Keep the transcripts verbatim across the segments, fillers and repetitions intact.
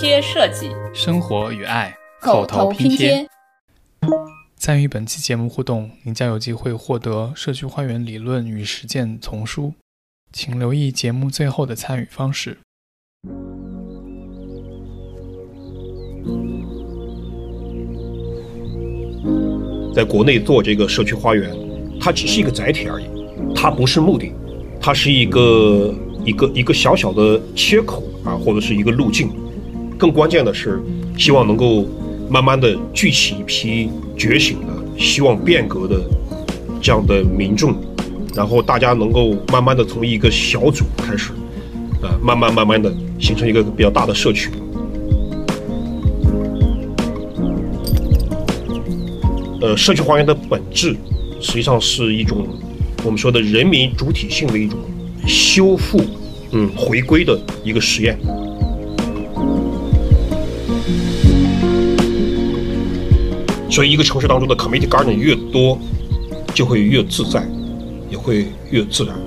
贴设计， 生活与爱口头拼贴。 参与本期节目互动，您将有机会获得社区花园理论与实践丛书，请留意节目最后的参与方式。 在国内做这个社区花园，它只是一个载体而已，它不是目的，它是一个一个一个小小的切口啊，或者是一个路径。更关键的是，希望能够慢慢的聚起一批觉醒的、希望变革的这样的民众，然后大家能够慢慢的从一个小组开始，呃，慢慢慢慢的形成一个比较大的社区。呃，社区花园的本质实际上是一种我们说的人民主体性的一种修复、嗯回归的一个实验。所以一个城市当中的 community garden 越多，就会越自在，也会越自然。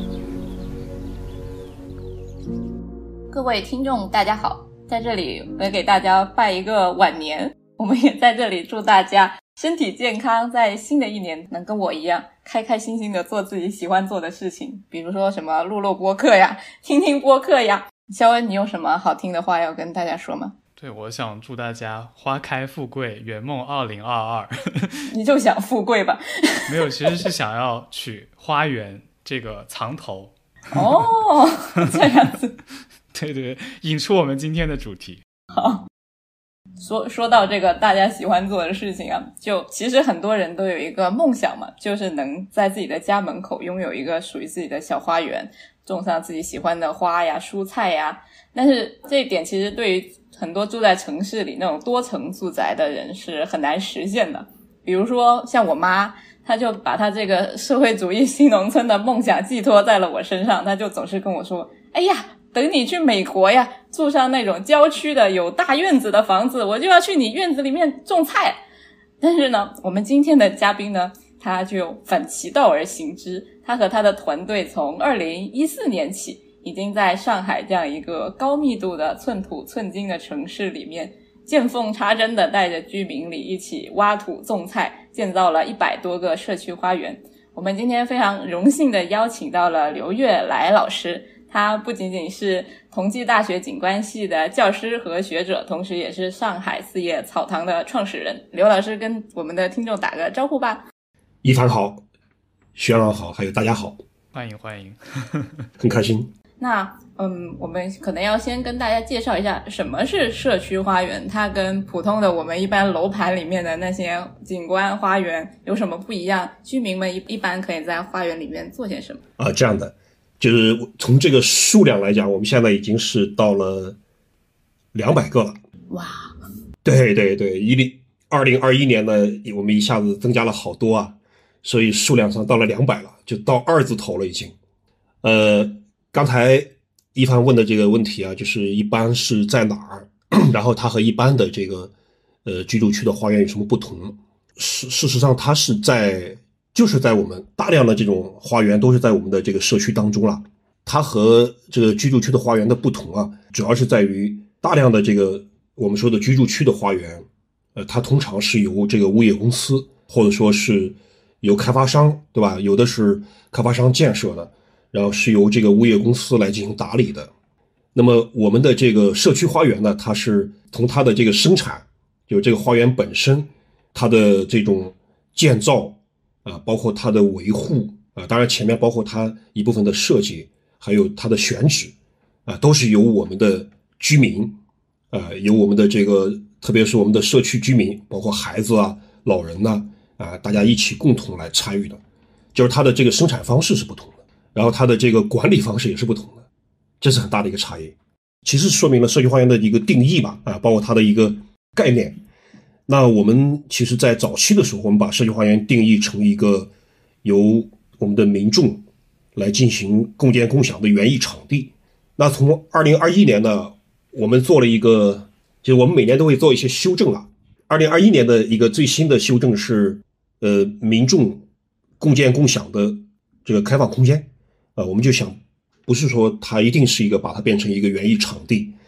各位听众大家好，在这里我也给大家拜一个晚年，我们也在这里祝大家身体健康，在新的一年能跟我一样开开心心的做自己喜欢做的事情，比如说什么录录播客呀，听听播客呀。肖恩，你有什么好听的话要跟大家说吗？ 对，我想祝大家花开富贵，圆梦二零二二。 你就想富贵吧？ 没有，其实是想要取花园这个藏头。 哦，这样子。 对对，引出我们今天的主题。 好，说说到这个大家喜欢做的事情啊，就其实很多人都有一个梦想嘛，就是能在自己的家门口拥有一个属于自己的小花园，种上自己喜欢的花呀、蔬菜呀。但是这一点其实对于很多住在城市里那种多层住宅的人是很难实现的。比如说像我妈，她就把她这个社会主义新农村的梦想寄托在了我身上，她就总是跟我说，哎呀，等你去美国呀，住上那种郊区的有大院子的房子，我就要去你院子里面种菜。但是呢，我们今天的嘉宾呢，他就反其道而行之，他和他的团队从二零一四年起已经在上海这样一个高密度的寸土寸金的城市里面，见缝插针的带着居民里一起挖土种菜，建造了一百多个社区花园。我们今天非常荣幸的邀请到了刘悦来老师，他不仅仅是同济大学景观系的教师和学者，同时也是上海四叶草堂的创始人。刘老师跟我们的听众打个招呼吧。 一凡好，薛朗好，还有大家好， 欢迎欢迎。 很开心。 那嗯，我们可能要先跟大家介绍一下什么是社区花园，它跟普通的我们一般楼盘里面的那些景观花园有什么不一样，居民们一一般可以在花园里面做些什么啊？这样的，就是从这个数量来讲，我们现在已经是到了两百个了。 哇！ 对对对，一零二零二一年呢，我们一下子增加了好多啊，所以数量上到了两百了，就到二字头了已经。呃，刚才一凡问的这个问题啊，就是一般是在哪儿，然后它和一般的这个呃居住区的花园有什么不同？事事实上，它是在就是在我们大量的这种花园都是在我们的这个社区当中了。它和这个居住区的花园的不同啊，主要是在于大量的这个我们说的居住区的花园，呃，它通常是由这个物业公司或者说是由开发商，对吧？有的是开发商建设的，然后是由这个物业公司来进行打理的。那么我们的这个社区花园呢，它是从它的这个生产，就这个花园本身，它的这种建造啊，包括它的维护啊，当然前面包括它一部分的设计，还有它的选址啊，都是由我们的居民啊，由我们的这个特别是我们的社区居民，包括孩子啊、老人呐 啊, 啊，大家一起共同来参与的。就是它的这个生产方式是不同的，然后它的这个管理方式也是不同的，这是很大的一个差异。其实说明了社区花园的一个定义吧，啊，包括它的一个概念。那我们其实在早期的时候，我们把社区花园定义成一个由我们的民众来进行共建共享的园艺场地。那从二零二一年呢，我们做了一个，就是我们每年都会做一些修正了。二零二一年的一个最新的修正是，呃，民众共建共享的这个开放空间，呃，我们就想，不是说它一定是一个把它变成一个园艺场地，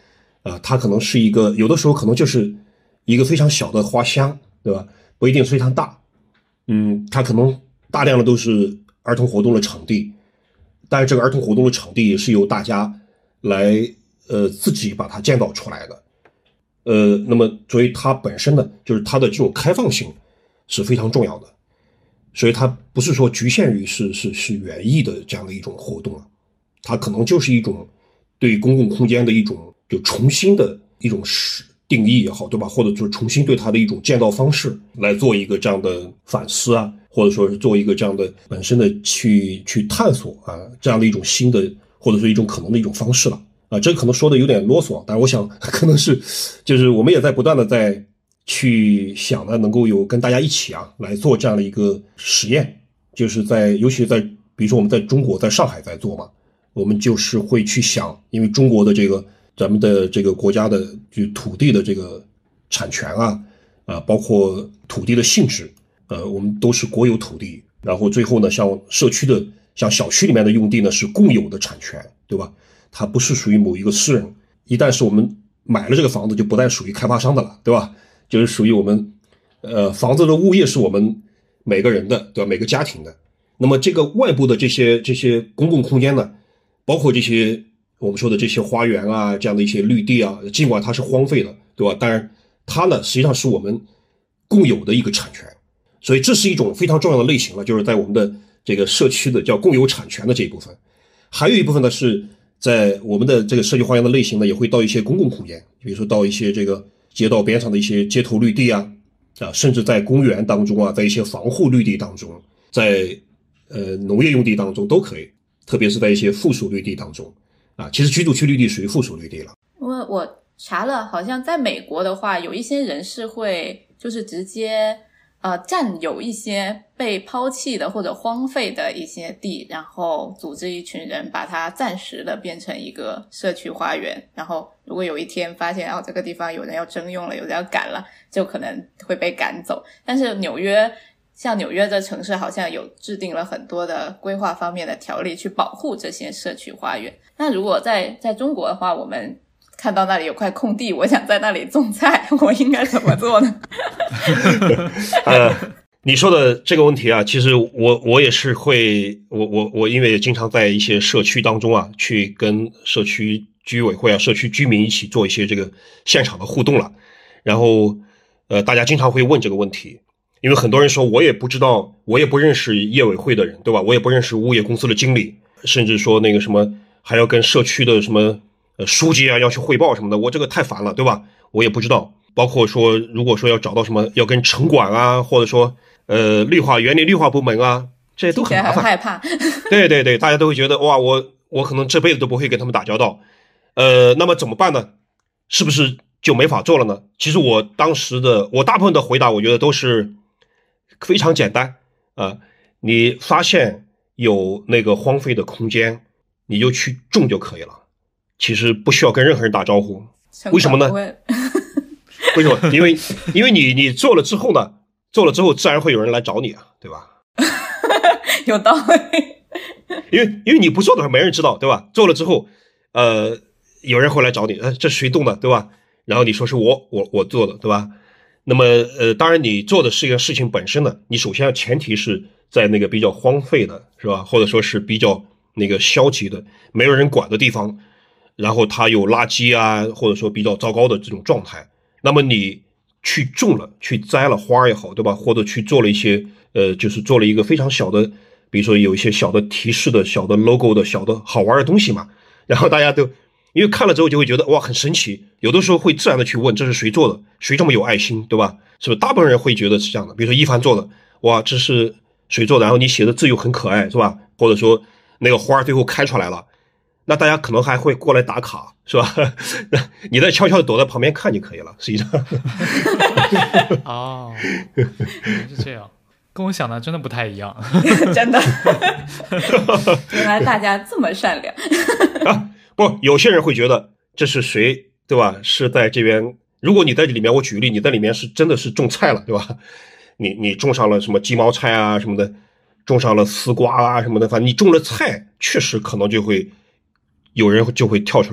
呃，它可能是一个有的时候可能就是一个非常小的花箱，对吧？不一定非常大。嗯，它可能大量的都是儿童活动的场地，但是这个儿童活动的场地也是由大家来呃自己把它建造出来的。呃，那么所以它本身呢，就是它的这种开放性是非常重要的，所以它不是说局限于是是是园艺的这样的一种活动啊，它可能就是一种对公共空间的一种就重新的一种定义也好，对吧？或者就是重新对它的一种建造方式来做一个这样的反思啊，或者说是做一个这样的本身的去去探索啊，这样的一种新的或者说一种可能的一种方式了。啊，这可能说的有点啰嗦，但是我想可能是，就是我们也在不断的在去想呢，能够有跟大家一起啊来做这样的一个实验，就是在尤其在比如说我们在中国在上海在做嘛，我们就是会去想，因为中国的这个咱们的这个国家的就土地的这个产权啊，啊包括土地的性质，呃，我们都是国有土地，然后最后呢，像社区的像小区里面的用地呢是共有的产权，对吧？它不是属于某一个私人，一旦是我们买了这个房子，就不再属于开发商的了，对吧？就是属于我们，呃，房子的物业是我们每个人的，对吧？每个家庭的。那么这个外部的这些这些公共空间呢，包括这些我们说的这些花园啊，这样的一些绿地啊，尽管它是荒废的，对吧？当然它呢实际上是我们共有的一个产权，所以这是一种非常重要的类型了，就是在我们的这个社区的叫共有产权的这一部分。还有一部分呢是在我们的这个社区花园的类型呢，也会到一些公共空间，比如说到一些这个街道边上的一些街头绿地啊，啊，甚至在公园当中啊，在一些防护绿地当中，在呃农业用地当中都可以，特别是在一些附属绿地当中啊。其实居住区绿地属于附属绿地了。 我我查了，好像在美国的话，有一些人是会就是直接呃，占有一些被抛弃的或者荒废的一些地，然后组织一群人把它暂时的变成一个社区花园，然后如果有一天发现哦这个地方有人要征用了，有人要赶了，就可能会被赶走。但是纽约像纽约这城市好像有制定了很多的规划方面的条例去保护这些社区花园。那如果在在中国的话，我们看到那里有块空地，我想在那里种菜，我应该怎么做呢？ 呃，你说的这个问题啊，其实我我也是会，我我我因为也经常在一些社区当中啊，去跟社区居委会啊、社区居民一起做一些这个现场的互动了。然后，呃，大家经常会问这个问题，因为很多人说我也不知道，我也不认识业委会的人，对吧？我也不认识物业公司的经理，甚至说那个什么还要跟社区的什么呃书记啊要去汇报什么的，我这个太烦了，对吧？我也不知道。包括说如果说要找到什么要跟城管啊，或者说呃绿化园林绿化部门啊，这些都很麻烦， 很害怕。 对对对，大家都会觉得哇，我我可能这辈子都不会跟他们打交道。呃，那么怎么办呢？是不是就没法做了呢？其实我当时的我大部分的回答，我觉得都是非常简单啊、呃。你发现有那个荒废的空间，你就去种就可以了。其实不需要跟任何人打招呼。为什么呢？为什么？因为因为你你做了之后呢，做了之后自然会有人来找你啊，对吧？ 有道理。 因为因为你不做的时候没人知道，对吧？做了之后，呃，有人会来找你，呃，这是谁动的，对吧？然后你说是我我我做的，对吧？那么呃，当然你做的是一个事情本身呢，你首先前提是在那个比较荒废的，是吧？或者说是比较那个消极的、没有人管的地方，然后它有垃圾啊，或者说比较糟糕的这种状态。那么你去种了，去栽了花也好，对吧？或者去做了一些，呃，就是做了一个非常小的，比如说有一些小的提示的、小的 logo 的、小的好玩的东西嘛。然后大家都因为看了之后就会觉得哇很神奇，有的时候会自然的去问这是谁做的，谁这么有爱心，对吧？是不是大部分人会觉得是这样的？比如说一帆做的，哇这是谁做的？然后你写的字又很可爱，是吧？或者说那个花最后开出来了。那大家可能还会过来打卡，是吧？你再悄悄的躲在旁边看就可以了，实际上。 哦，原来是这样，跟我想的真的不太一样。 真的，原来大家这么善良。 啊，不，有些人会觉得这是谁，对吧？是在这边，如果你在里面，我举例，你在里面是真的是种菜了，对吧？你你种上了什么鸡毛菜啊什么的，种上了丝瓜啊什么的，反正你种了菜，确实可能就会。有人就会跳出来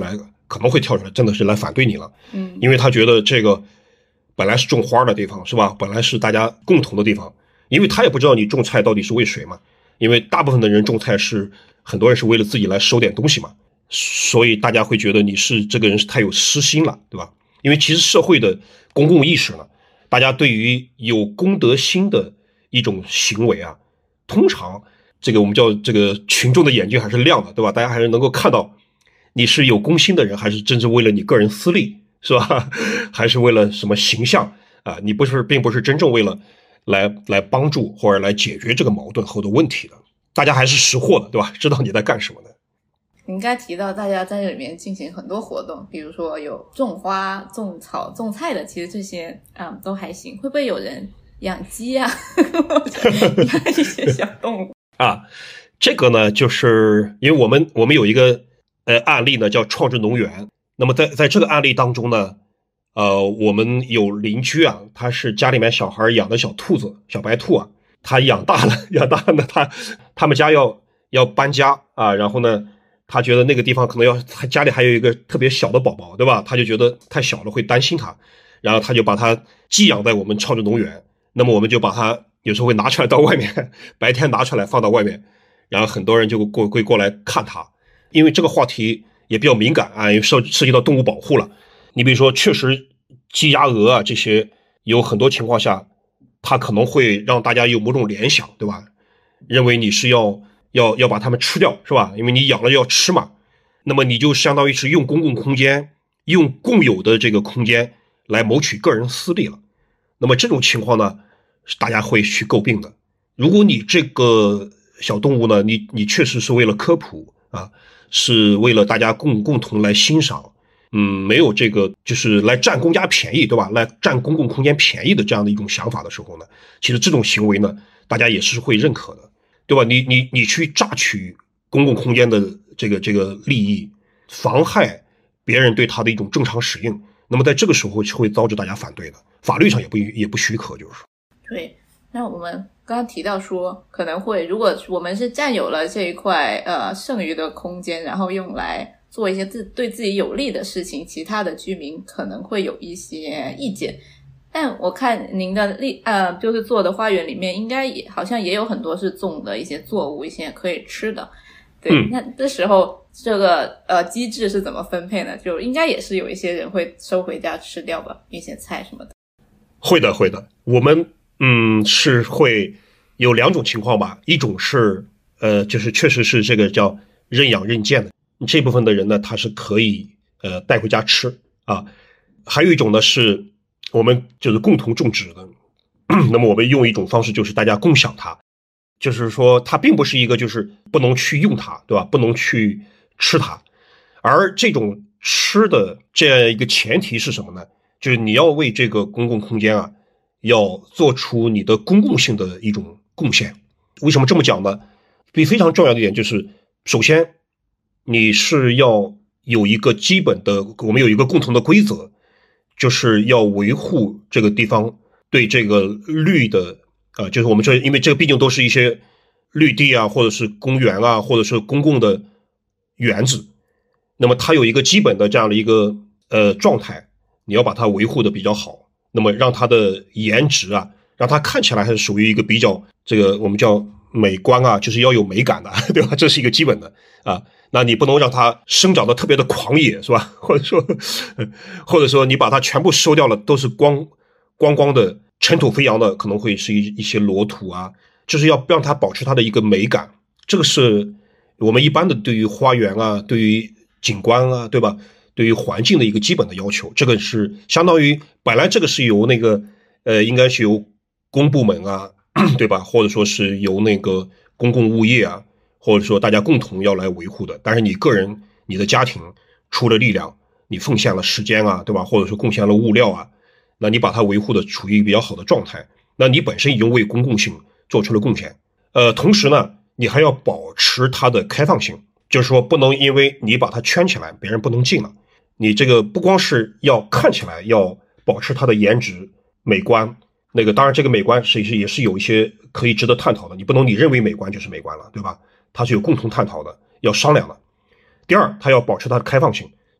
可能会跳出来，真的是来反对你了。 嗯， 因为他觉得这个本来是种花的地方，是吧？本来是大家共同的地方，因为他也不知道你种菜到底是为谁嘛。因为大部分的人种菜是很多人是为了自己来收点东西嘛，所以大家会觉得你是这个人是太有私心了，对吧？因为其实社会的公共意识呢，大家对于有公德心的一种行为啊，通常这个我们叫这个群众的眼睛还是亮的，对吧？大家还是能够看到你是有公心的人，还是真正为了你个人私利，是吧？还是为了什么形象啊？你不是并不是真正为了来来帮助或者来解决这个矛盾后的问题的，大家还是识货的，对吧？知道你在干什么的。 你应该提到大家在这里面进行很多活动，比如说有种花、种草、种菜的，其实这些嗯都还行。会不会有人养鸡啊？养一些小动物啊？这个呢，就是因为我们我们有一个呃案例呢，叫创智农园。那么在在这个案例当中呢，呃，我们有邻居啊，他是家里面小孩养的小兔子、小白兔啊，他养大了，养大了呢，他他们家要要搬家啊，然后呢。他觉得那个地方可能要，他家里还有一个特别小的宝宝，对吧？他就觉得太小了会担心他，然后他就把他寄养在我们创智农园。那么我们就把他有时候会拿出来到外面，白天拿出来放到外面，然后很多人就过会过来看他。因为这个话题也比较敏感啊，因为涉涉及到动物保护了。你比如说，确实鸡鸭鹅啊这些，有很多情况下，它可能会让大家有某种联想，对吧？认为你是要。要要把它们吃掉，是吧？因为你养了要吃嘛，那么你就相当于是用公共空间，用共有的这个空间来谋取个人私利了。那么这种情况呢，是大家会去诟病的。如果你这个小动物呢，你你确实是为了科普啊，是为了大家共共同来欣赏，嗯，没有这个就是来占公家便宜，对吧？来占公共空间便宜的这样的一种想法的时候呢，其实这种行为呢，大家也是会认可的。对吧？你你你去榨取公共空间的这个这个利益，妨害别人对它的一种正常使用，那么在这个时候会遭致大家反对的，法律上也不也不许可，就是说。 对，那我们刚刚提到说，可能会如果我们是占有了这一块呃剩余的空间，然后用来做一些自对自己有利的事情，其他的居民可能会有一些意见。但我看您的例呃，就是做的花园里面，应该也好像也有很多是种的一些作物，一些可以吃的。对，嗯、那这时候这个呃机制是怎么分配呢？就应该也是有一些人会收回家吃掉吧，一些菜什么的。会的，会的。我们嗯是会有两种情况吧，一种是呃就是确实是这个叫认养认荐的这部分的人呢，他是可以呃带回家吃啊，还有一种呢是。我们就是共同种植的，那么我们用一种方式就是大家共享它，就是说它并不是一个就是不能去用它，对吧？不能去吃它，而这种吃的这样一个前提是什么呢？就是你要为这个公共空间啊，要做出你的公共性的一种贡献。为什么这么讲呢？非常重要的一点就是，首先你是要有一个基本的，我们有一个共同的规则。就是要维护这个地方对这个绿的啊、呃，就是我们这因为这个毕竟都是一些绿地啊，或者是公园啊，或者是公共的园子，那么它有一个基本的这样的一个呃状态，你要把它维护的比较好，那么让它的颜值啊，让它看起来还是属于一个比较这个我们叫美观啊，就是要有美感的，对吧？这是一个基本的啊。那你不能让它生长的特别的狂野，是吧？或者说，或者说你把它全部收掉了，都是光光光的尘土飞扬的，可能会是一一些裸土啊，就是要让它保持它的一个美感。这个是我们一般的对于花园啊，对于景观啊，对吧？对于环境的一个基本的要求。这个是相当于本来这个是由那个呃，应该是由公部门啊，对吧？或者说是由那个公共物业啊。或者说大家共同要来维护的，但是你个人你的家庭出了力量，你奉献了时间啊，对吧？或者说贡献了物料啊，那你把它维护的处于比较好的状态，那你本身已经为公共性做出了贡献。呃，同时呢，你还要保持它的开放性，就是说不能因为你把它圈起来，别人不能进了。你这个不光是要看起来要保持它的颜值美观，那个当然这个美观实际上也是有一些可以值得探讨的，你不能你认为美观就是美观了，对吧？它是有共同探讨的，要商量的。第二，它要保持它的开放性，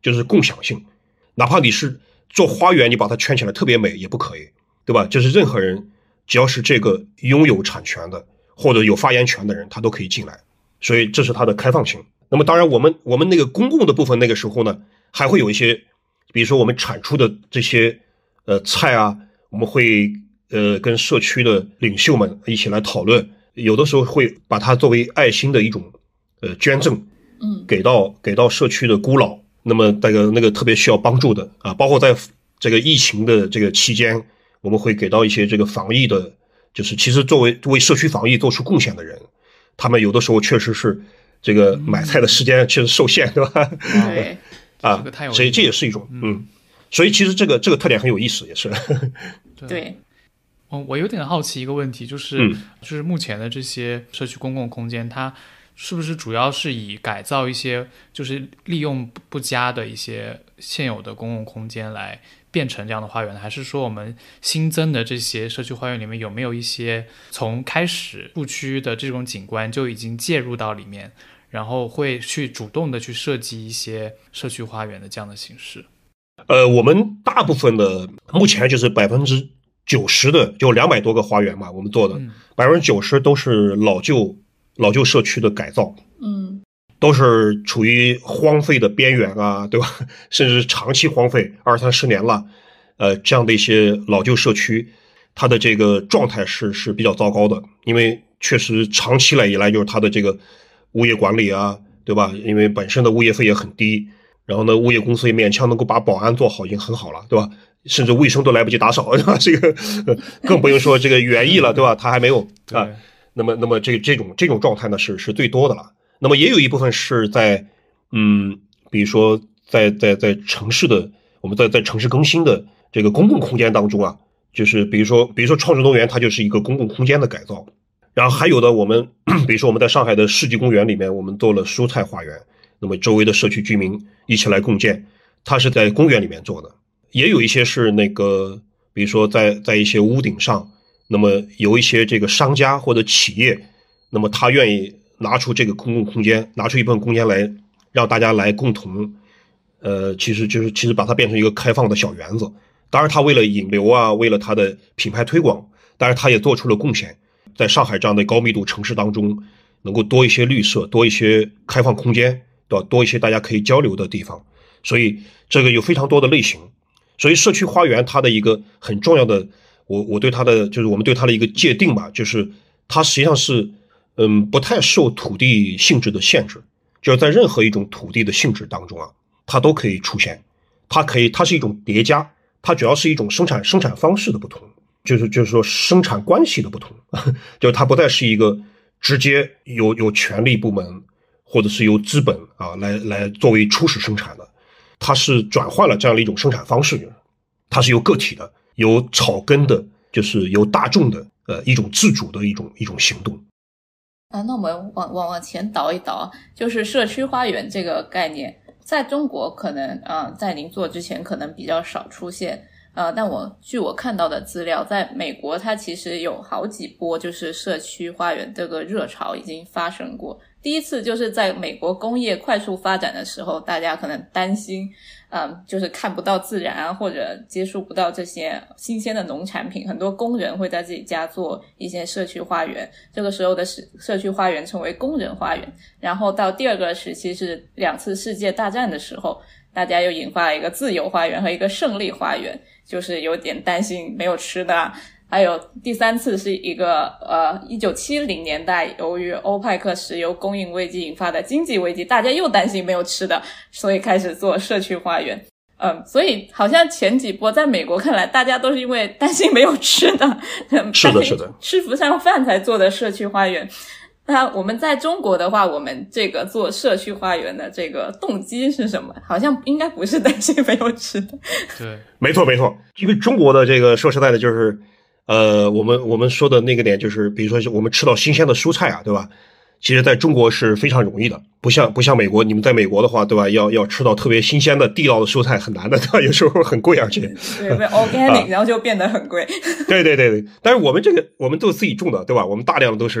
就是共享性。哪怕你是做花园，你把它圈起来特别美也不可以，对吧？就是任何人只要是这个拥有产权的或者有发言权的人，他都可以进来，所以这是它的开放性。那么当然我们我们那个公共的部分，那个时候呢还会有一些，比如说我们产出的这些呃菜啊，我们会呃跟社区的领袖们一起来讨论，有的时候会把它作为爱心的一种呃捐赠， 嗯， 给到给到社区的孤老，那么那个那个特别需要帮助的啊，包括在这个疫情的这个期间，我们会给到一些这个防疫的，就是其实作为为社区防疫做出贡献的人，他们有的时候确实是这个买菜的时间确实受限，对吧？ 对， 啊，所以这也是一种嗯，所以其实这个这个特点很有意思，也是对。 哦，我有点好奇一个问题，就是、嗯、就是目前的这些社区公共空间，它是不是主要是以改造一些就是利用不佳的一些现有的公共空间来变成这样的花园，还是说我们新增的这些社区花园里面有没有一些从开始树区的这种景观就已经介入到里面，然后会去主动的去设计一些社区花园的这样的形式？ 呃，我们大部分的目前就是百分之九十的，就两百多个花园嘛，我们做的百分之九十都是老旧老旧社区的改造， 嗯， 都是处于荒废的边缘啊，对吧？甚至长期荒废二三十年了，呃，这样的一些老旧社区，它的这个状态是是比较糟糕的，因为确实长期来以来就是它的这个物业管理啊，对吧？因为本身的物业费也很低，然后呢，物业公司也勉强能够把保安做好，已经很好了，对吧？甚至卫生都来不及打扫，对吧？这个更不用说这个园艺了，对吧？它还没有啊。那么，那么这这种这种状态呢，是是最多的了。那么也有一部分是在，嗯，比如说在在在城市的，我们在在城市更新的这个公共空间当中啊，就是比如说比如说创世公园，它就是一个公共空间的改造。然后还有的我们，比如说我们在上海的世纪公园里面，我们做了蔬菜花园，那么周围的社区居民一起来共建，它是在公园里面做的。也有一些是那个，比如说在在一些屋顶上，那么有一些这个商家或者企业，那么他愿意拿出这个公共空间，拿出一部分空间来让大家来共同，呃，其实就是其实把它变成一个开放的小园子。当然他为了引流啊，为了他的品牌推广，当然他也做出了贡献，在上海这样的高密度城市当中，能够多一些绿色，多一些开放空间，对吧？多一些大家可以交流的地方。所以这个有非常多的类型。所以社区花园它的一个很重要的，我我对它的就是我们对它的一个界定吧，就是它实际上是嗯不太受土地性质的限制，就是在任何一种土地的性质当中啊，它都可以出现，它可以它是一种叠加，它主要是一种生产生产方式的不同，就是就是说生产关系的不同，就是它不再是一个直接有有权力部门或者是由资本啊来来作为初始生产的。它是转换了这样的一种生产方式，它是由个体的、由草根的，就是由大众的，呃，一种自主的一种一种行动。 啊，那我们往往往前倒一倒，就是社区花园这个概念，在中国可能啊、呃，在您做之前可能比较少出现。呃，但我据我看到的资料，在美国它其实有好几波就是社区花园这个热潮已经发生过。第一次就是在美国工业快速发展的时候，大家可能担心嗯，就是看不到自然啊，或者接触不到这些新鲜的农产品，很多工人会在自己家做一些社区花园，这个时候的社区花园称为工人花园。然后到第二个时期是两次世界大战的时候，大家又引发了一个自由花园和一个胜利花园，就是有点担心没有吃的啊。还有第三次是一个呃一九七零年代由于欧派克石油供应危机引发的经济危机，大家又担心没有吃的，所以开始做社区花园。嗯，所以好像前几波在美国看来大家都是因为担心没有吃的， 是的是的， 吃不上饭才做的社区花园。那我们在中国的话，我们这个做社区花园的这个动机是什么？好像应该不是担心没有吃的。 对， 没错没错，因为中国的这个说实在的就是呃，我们我们说的那个点就是，比如说我们吃到新鲜的蔬菜啊，对吧？其实在中国是非常容易的，不像不像美国，你们在美国的话，对吧？要要吃到特别新鲜的地道的蔬菜很难的，对吧？有时候很贵，而且对，被 organic、啊、然后就变得很贵。 对对对对，但是我们这个我们都是自己种的，对吧？我们大量的都是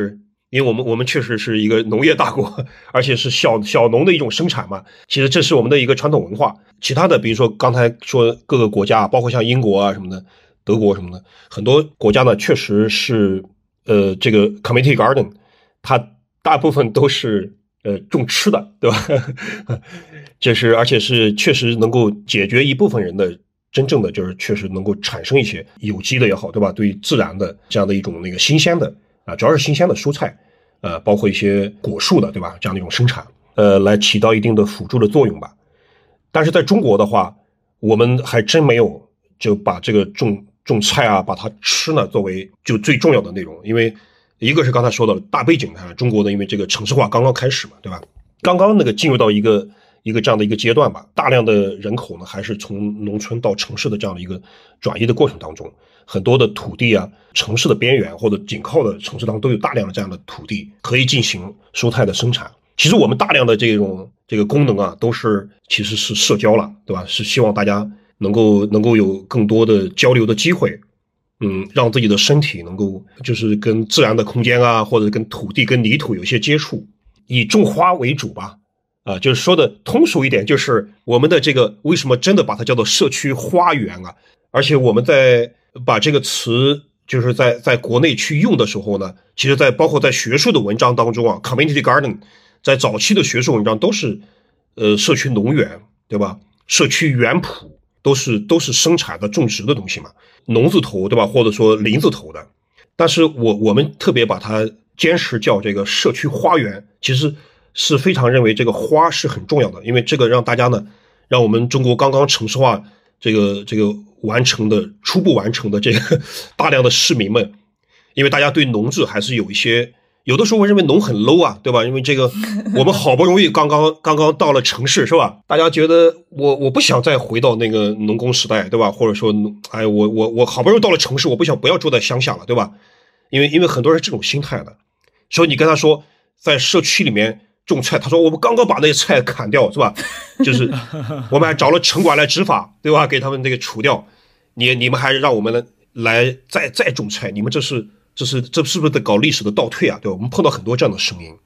因为我们我们确实是一个农业大国，而且是小小农的一种生产嘛。其实这是我们的一个传统文化。其他的，比如说刚才说各个国家，包括像英国啊什么的，德国什么的，很多国家呢确实是呃这个 community garden， 它大部分都是呃种吃的，对吧？这是而且是确实能够解决一部分人的。真正的就是确实能够产生一些有机的也好，对吧？对于自然的这样的一种那个新鲜的啊，主要是新鲜的蔬菜，呃，包括一些果树的，对吧？这样的一种生产，呃，来起到一定的辅助的作用吧。但是在中国的话，我们还真没有就把这个种种菜啊，把它吃呢作为就最重要的内容，因为一个是刚才说的大背景啊，中国的因为这个城市化刚刚开始嘛，对吧？刚刚那个进入到一个。一个这样的一个阶段吧，大量的人口呢，还是从农村到城市的这样的一个转移的过程当中，很多的土地啊，城市的边缘或者紧靠的城市当中都有大量的这样的土地可以进行蔬菜的生产。其实我们大量的这种这个功能啊，都是其实是社交了，对吧？是希望大家能够能够有更多的交流的机会，嗯，让自己的身体能够就是跟自然的空间啊，或者跟土地跟泥土有些接触，以种花为主吧。啊，就是说的通俗一点，就是我们的这个为什么真的把它叫做社区花园啊？而且我们在把这个词就是在在国内去用的时候呢，其实在包括在学术的文章当中啊 ，community garden 在早期的学术文章都是呃社区农园，对吧？社区园圃都是都是生产的种植的东西嘛，农字头对吧？或者说林字头的。但是我我们特别把它坚持叫这个社区花园，其实。是非常认为这个花是很重要的，因为这个让大家呢，让我们中国刚刚城市化这个这个完成的初步完成的这个大量的市民们，因为大家对农字还是有一些，有的时候会认为农很 low 啊，对吧？因为这个我们好不容易刚刚刚刚到了城市，是吧？大家觉得我我不想再回到那个农工时代，对吧？或者说，哎，我我我好不容易到了城市，我不想不要住在乡下了，对吧？因为因为很多人是这种心态的，所以你跟他说在社区里面。种菜，他说我们刚刚把那些菜砍掉，是吧？就是我们还找了城管来执法，对吧？给他们那个除掉。你你们还让我们来再再种菜，你们这是这是这是不是在搞历史的倒退啊？对吧？我们碰到很多这样的声音。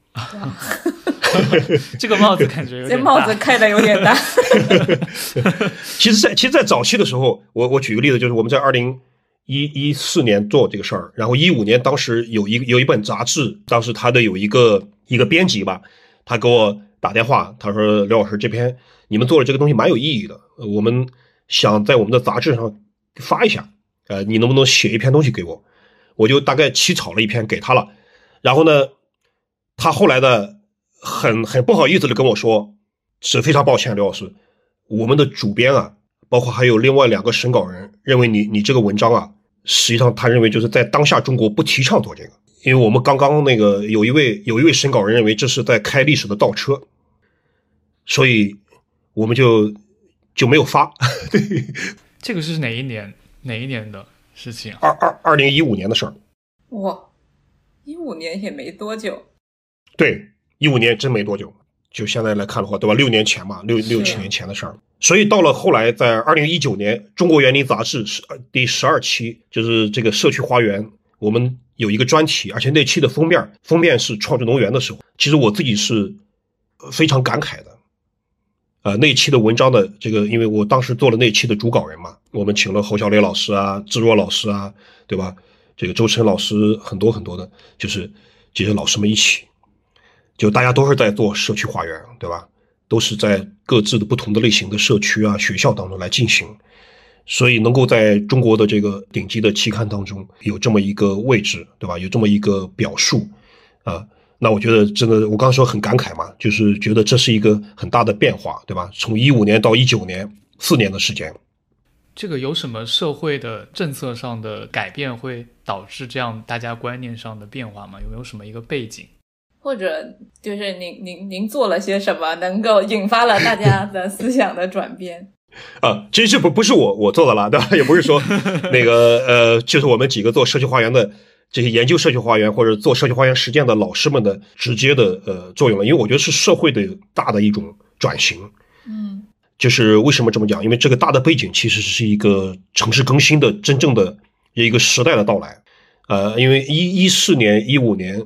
这个帽子感觉有点大， 这帽子开的有点大。 其实在，在其实，在早期的时候，我我举个例子，就是我们在二零一一四年做这个事儿，然后一五年当时有一有一本杂志，当时他的有一个一个编辑吧。他给我打电话，他说刘老师，这篇你们做的这个东西蛮有意义的，我们想在我们的杂志上发一下，呃，你能不能写一篇东西给我？我就大概起草了一篇给他了，然后呢，他后来的很很不好意思的跟我说，是非常抱歉，刘老师，我们的主编啊，包括还有另外两个审稿人，认为你你这个文章啊，实际上他认为就是在当下中国不提倡做这个。因为我们刚刚那个有一位有一位审稿人认为这是在开历史的倒车，所以我们就就没有发。 这个是哪一年哪一年的事情？ 二二二零一五年的事儿。 哇，一五年也没多久。 对，一五年真没多久。就现在来看的话，对吧？六年前嘛，六六七年前的事儿。所以到了后来，在二零一九年，《中国园林杂志》是第十二期，就是这个社区花园，我们。有一个专题，而且那期的封面封面是创智农园的时候，其实我自己是非常感慨的。呃，那期的文章的这个，因为我当时做了那期的主稿人嘛，我们请了侯小磊老师啊、智若老师啊，对吧？这个周晨老师很多很多的，就是这些老师们一起，就大家都是在做社区花园，对吧？都是在各自的不同的类型的社区啊、学校当中来进行。所以能够在中国的这个顶级的期刊当中有这么一个位置，对吧？有这么一个表述啊，那我觉得真的，我刚刚说很感慨嘛，就是觉得这是一个很大的变化，对吧？从一五年到一九年，四年的时间。 这个有什么社会的政策上的改变会导致这样大家观念上的变化吗？有没有什么一个背景？ 或者就是您您您做了些什么，能够引发了大家的思想的转变？ 啊，其实这不不是我我做的啦，对吧？也不是说那个呃，就是我们几个做社区花园的这些研究社区花园或者做社区花园实践的老师们的直接的呃作用了，因为我觉得是社会的大的一种转型。 嗯， 就是为什么这么讲？因为这个大的背景其实是一个城市更新的真正的一个时代的到来。呃，因为一一四年、一五年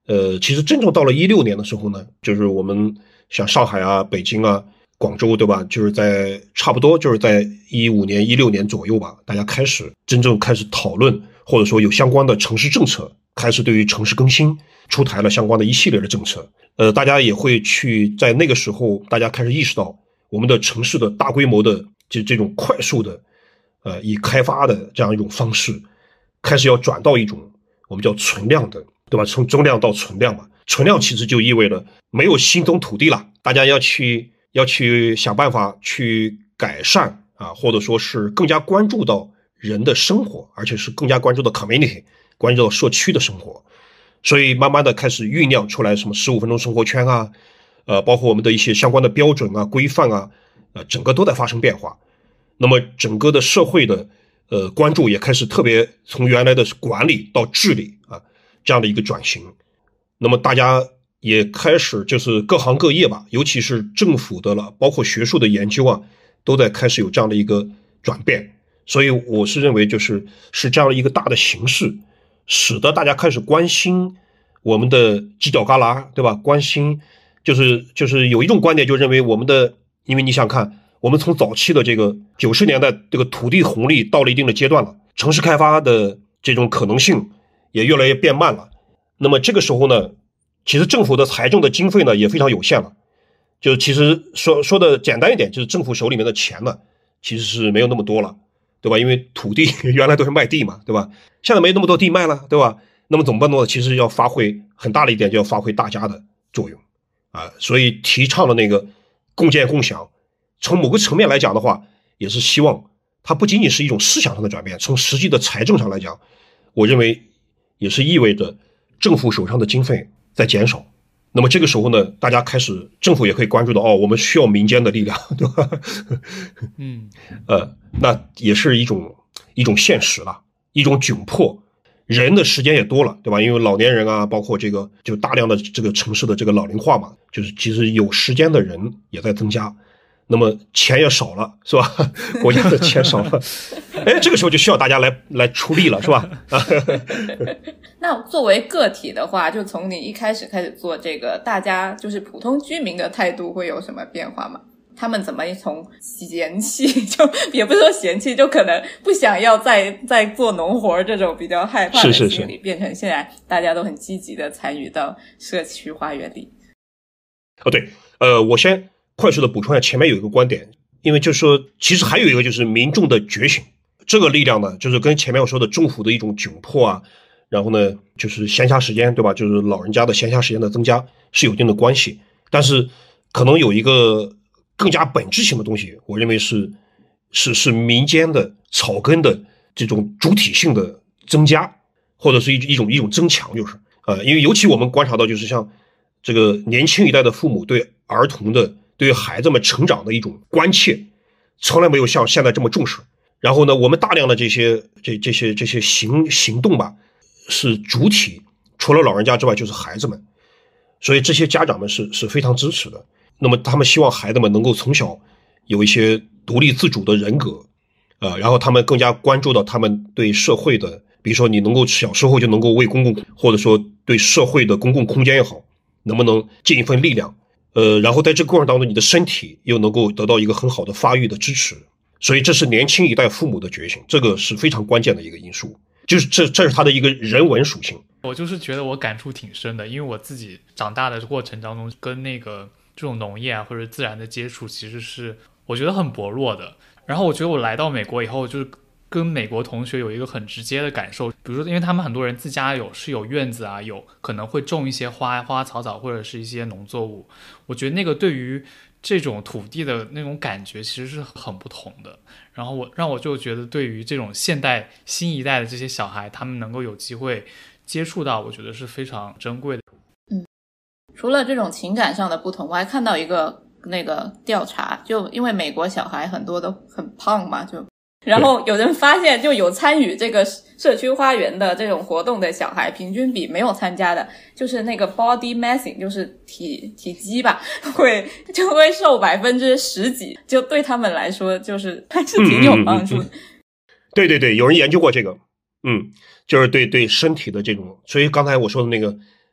呃，其实真正到了一六年的时候呢，就是我们像上海啊、北京啊、广州，对吧？就是在差不多就是在一五年、一六年左右吧，大家开始真正开始讨论，或者说有相关的城市政策，开始对于城市更新出台了相关的一系列的政策。呃，大家也会去在那个时候，大家开始意识到我们的城市的大规模的就这种快速的，呃，以开发的这样一种方式，开始要转到一种我们叫存量的，对吧？从增量到存量嘛，存量其实就意味着没有新增土地了，大家要去要去想办法去改善啊，或者说是更加关注到人的生活，而且是更加关注到 community， 关注到社区的生活，所以慢慢的开始酝酿出来什么十五分钟生活圈啊，呃，包括我们的一些相关的标准啊、规范啊，呃，整个都在发生变化。那么整个的社会的呃关注也开始特别从原来的管理到治理啊这样的一个转型。那么大家也开始就是各行各业吧，尤其是政府的了，包括学术的研究啊，都在开始有这样的一个转变。所以我是认为就是是这样的一个大的形势，使得大家开始关心我们的犄角旮旯，对吧？关心就是就是有一种观点就认为我们的，因为你想看我们从早期的这个九十年代这个土地红利到了一定的阶段了，城市开发的这种可能性也越来越变慢了。那么这个时候呢，其实政府的财政的经费呢也非常有限了，就其实说说的简单一点，就是政府手里面的钱呢其实是没有那么多了，对吧？因为土地原来都是卖地嘛，对吧？现在没那么多地卖了，对吧？那么怎么办呢？其实要发挥很大的一点，就要发挥大家的作用啊，所以提倡的那个共建共享，从某个层面来讲的话，也是希望它不仅仅是一种思想上的转变，从实际的财政上来讲，我认为也是意味着政府手上的经费在减少。那么这个时候呢，大家开始政府也可以关注到，哦，我们需要民间的力量，对吧？ 嗯， 呃，那也是一种一种现实了，一种窘迫。人的时间也多了，对吧？因为老年人啊，包括这个就大量的这个城市的这个老龄化嘛，就是其实有时间的人也在增加，那么钱也少了，是吧？国家的钱少了，哎，这个时候就需要大家来来出力了，是吧？ 那作为个体的话，就从你一开始开始做这个，大家就是普通居民的态度会有什么变化吗？他们怎么从嫌弃，就也不是说嫌弃，就可能不想要再再做农活这种比较害怕的心理， 是是是变成现在大家都很积极的参与到社区花园里。 哦，对，呃，我先快速的补充一下前面有一个观点，因为就是说，其实还有一个就是民众的觉醒，这个力量呢，就是跟前面我说的政府的一种窘迫啊，然后呢，就是闲暇时间，对吧？就是老人家的闲暇时间的增加是有一定的关系，但是可能有一个更加本质性的东西，我认为是是是民间的草根的这种主体性的增加，或者是一一种一种增强，就是呃，因为尤其我们观察到，就是像这个年轻一代的父母对儿童的、对于孩子们成长的一种关切，从来没有像现在这么重视。然后呢，我们大量的这些这这些这些行行动吧，是主体，除了老人家之外就是孩子们，所以这些家长们是是非常支持的。那么他们希望孩子们能够从小有一些独立自主的人格，呃，然后他们更加关注到他们对社会的，比如说你能够小时候就能够为公共，或者说对社会的公共空间也好，能不能尽一份力量，呃，然后在这个过程当中，你的身体又能够得到一个很好的发育的支持，所以这是年轻一代父母的觉醒，这个是非常关键的一个因素，就是这这是他的一个人文属性。 我就是觉得我感触挺深的，因为我自己长大的过程当中，跟那个这种农业啊或者自然的接触，其实是我觉得很薄弱的。然后我觉得我来到美国以后，就是跟美国同学有一个很直接的感受，比如说因为他们很多人自家有是有院子啊，有可能会种一些花花草草或者是一些农作物，我觉得那个对于这种土地的那种感觉其实是很不同的。然后我让我就觉得对于这种现代新一代的这些小孩，他们能够有机会接触到，我觉得是非常珍贵的。 嗯，除了这种情感上的不同，我还看到一个那个调查，就因为美国小孩很多都很胖嘛，就然后有人发现，就有参与这个社区花园的这种活动的小孩，平均比没有参加的，就是那个 body massing， 就是体体积吧，会就会瘦百分之十几，就对他们来说，就是还是挺有帮助的。 嗯嗯嗯嗯、对对对，有人研究过这个，嗯，就是对对身体的这种，所以刚才我说的那个，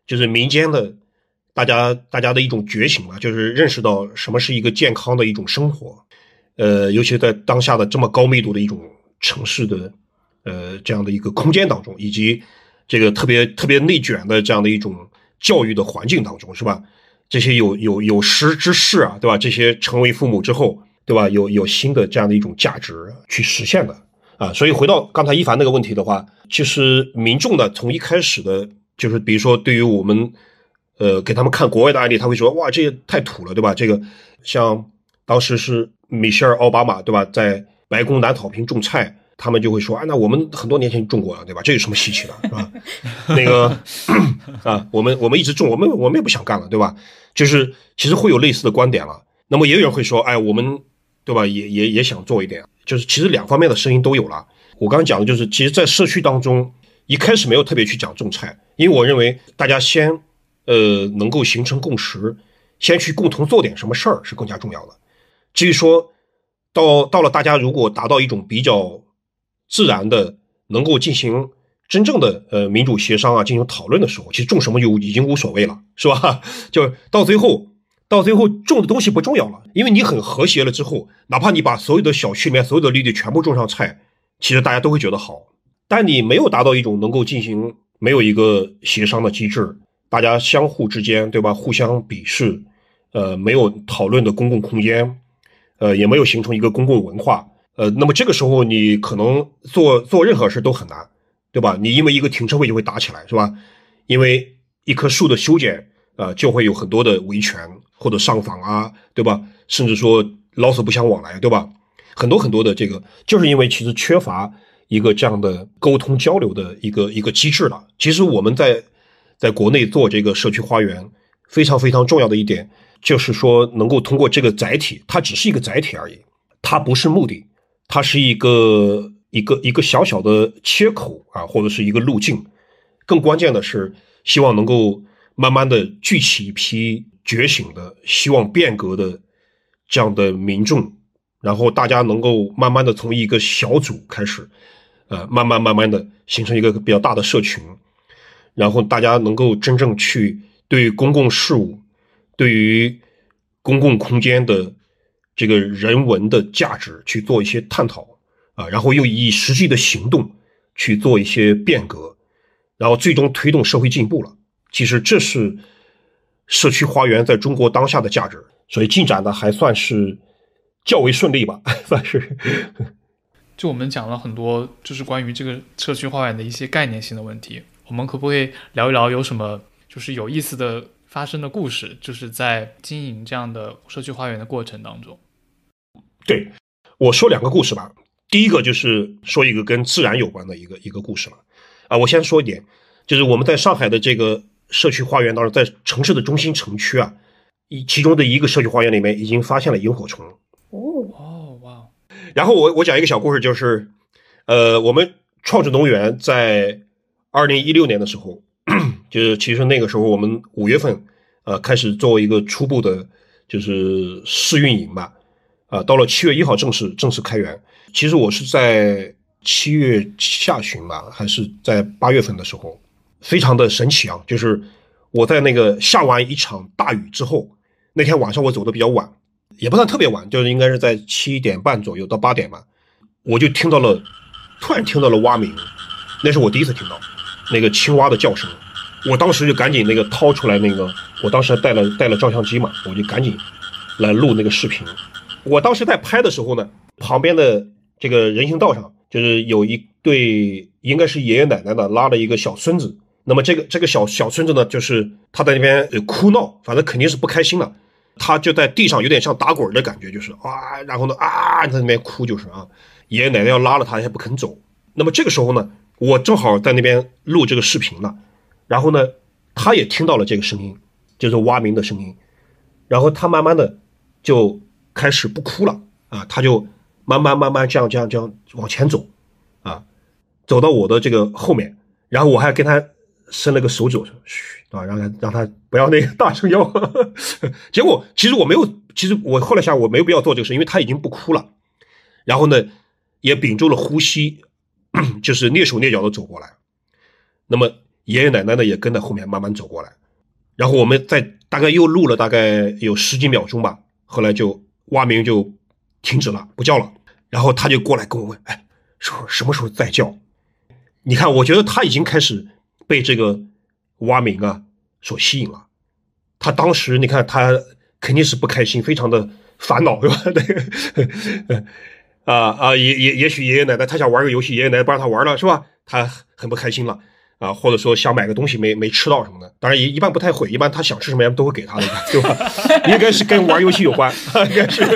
就是民间的大家大家的一种觉醒吧，就是认识到什么是一个健康的一种生活。呃，尤其在当下的这么高密度的一种城市的呃这样的一个空间当中，以及这个特别特别内卷的这样的一种教育的环境当中，是吧？这些有有有识之士啊，对吧？这些成为父母之后，对吧？有有新的这样的一种价值去实现的啊。所以回到刚才一凡那个问题的话，其实民众呢从一开始的，就是比如说对于我们呃给他们看国外的案例，他会说哇这也太土了，对吧？这个像当时是米歇尔奥巴马，对吧？在白宫南草坪种菜，他们就会说啊，那我们很多年前种过了，对吧？这有什么稀奇的，是吧？那个啊，我们我们一直种，我们我们也不想干了，对吧？就是其实会有类似的观点了。那么也有人会说，哎，我们对吧？也也也想做一点，就是其实两方面的声音都有了。我刚刚讲的就是，其实，在社区当中，一开始没有特别去讲种菜，因为我认为大家先呃能够形成共识，先去共同做点什么事儿是更加重要的。至于说到到了大家如果达到一种比较自然的能够进行真正的呃民主协商啊进行讨论的时候，其实种什么就已经无所谓了，是吧？就到最后到最后种的东西不重要了，因为你很和谐了之后，哪怕你把所有的小区里面所有的绿地全部种上菜，其实大家都会觉得好。但你没有达到一种能够进行没有一个协商的机制，大家相互之间对吧互相鄙视，呃没有讨论的公共空间，呃也没有形成一个公共文化，呃那么这个时候你可能做做任何事都很难，对吧？你因为一个停车位就会打起来，是吧？因为一棵树的修剪呃就会有很多的维权或者上访啊，对吧？甚至说老死不相往来，对吧？很多很多的这个就是因为其实缺乏一个这样的沟通交流的一个一个机制了。其实我们在在国内做这个社区花园非常非常重要的一点就是说能够通过这个载体，它只是一个载体而已，它不是目的，它是一个一个一个小小的切口啊，或者是一个路径。更关键的是希望能够慢慢的聚起一批觉醒的希望变革的这样的民众，然后大家能够慢慢的从一个小组开始呃，慢慢慢慢的形成一个比较大的社群，然后大家能够真正去对公共事务，对于公共空间的这个人文的价值去做一些探讨啊，然后又以实际的行动去做一些变革，然后最终推动社会进步了。其实这是社区花园在中国当下的价值，所以进展的还算是较为顺利吧，算是。 就我们讲了很多就是关于这个社区花园的一些概念性的问题，我们可不可以聊一聊有什么就是有意思的发生的故事，就是在经营这样的社区花园的过程当中？ 对，我说两个故事吧。第一个就是说一个跟自然有关的一个一个故事了啊。我先说一点，就是我们在上海的这个社区花园当中，在城市的中心城区啊，一其中的一个社区花园里面已经发现了萤火虫。 哦，哇！ 然后我我讲一个小故事，就是呃，我们创智农园在二零一六年的时候，就是其实那个时候我们五月份呃开始做一个初步的，就是试运营吧，啊、呃，到了七月一号正式正式开园。其实我是在七月下旬吧，还是在八月份的时候，非常的神奇啊！就是我在那个下完一场大雨之后，那天晚上我走的比较晚，也不算特别晚，就是应该是在七点半左右到八点吧，我就听到了，突然听到了蛙鸣，那是我第一次听到那个青蛙的叫声。我当时就赶紧那个掏出来那个，我当时带了带了照相机嘛，我就赶紧来录那个视频。我当时在拍的时候呢，旁边的这个人行道上就是有一对应该是爷爷奶奶的拉了一个小孙子。那么这个这个小小孙子呢，就是他在那边哭闹，反正肯定是不开心了。他就在地上有点像打滚的感觉，就是啊，然后呢啊，在那边哭，就是啊，爷爷奶奶要拉了他还不肯走。那么这个时候呢，我正好在那边录这个视频了，然后呢，他也听到了这个声音，就是蛙鸣的声音，然后他慢慢的就开始不哭了啊，他就慢慢慢慢这样这样这样往前走啊，走到我的这个后面，然后我还跟他伸了个手指，我说嘘啊，让他让他不要那个大声吆喝。结果其实我没有，其实我后来想我没有必要做这个事，因为他已经不哭了。然后呢，也屏住了呼吸，就是蹑手蹑脚的走过来。那么爷爷奶奶呢也跟在后面慢慢走过来，然后我们在大概又录了大概有十几秒钟吧，后来就蛙鸣就停止了，不叫了，然后他就过来跟我问，哎，说什么时候再叫？你看，我觉得他已经开始被这个蛙鸣啊所吸引了。他当时你看他肯定是不开心，非常的烦恼，是吧？对，啊啊，也也也许爷爷奶奶他想玩个游戏，爷爷奶奶不让他玩了，是吧？他很不开心了啊，或者说想买个东西没没吃到什么的。当然一一般不太会，一般他想吃什么都会给他的，对吧？应该是跟玩游戏有关，应该是。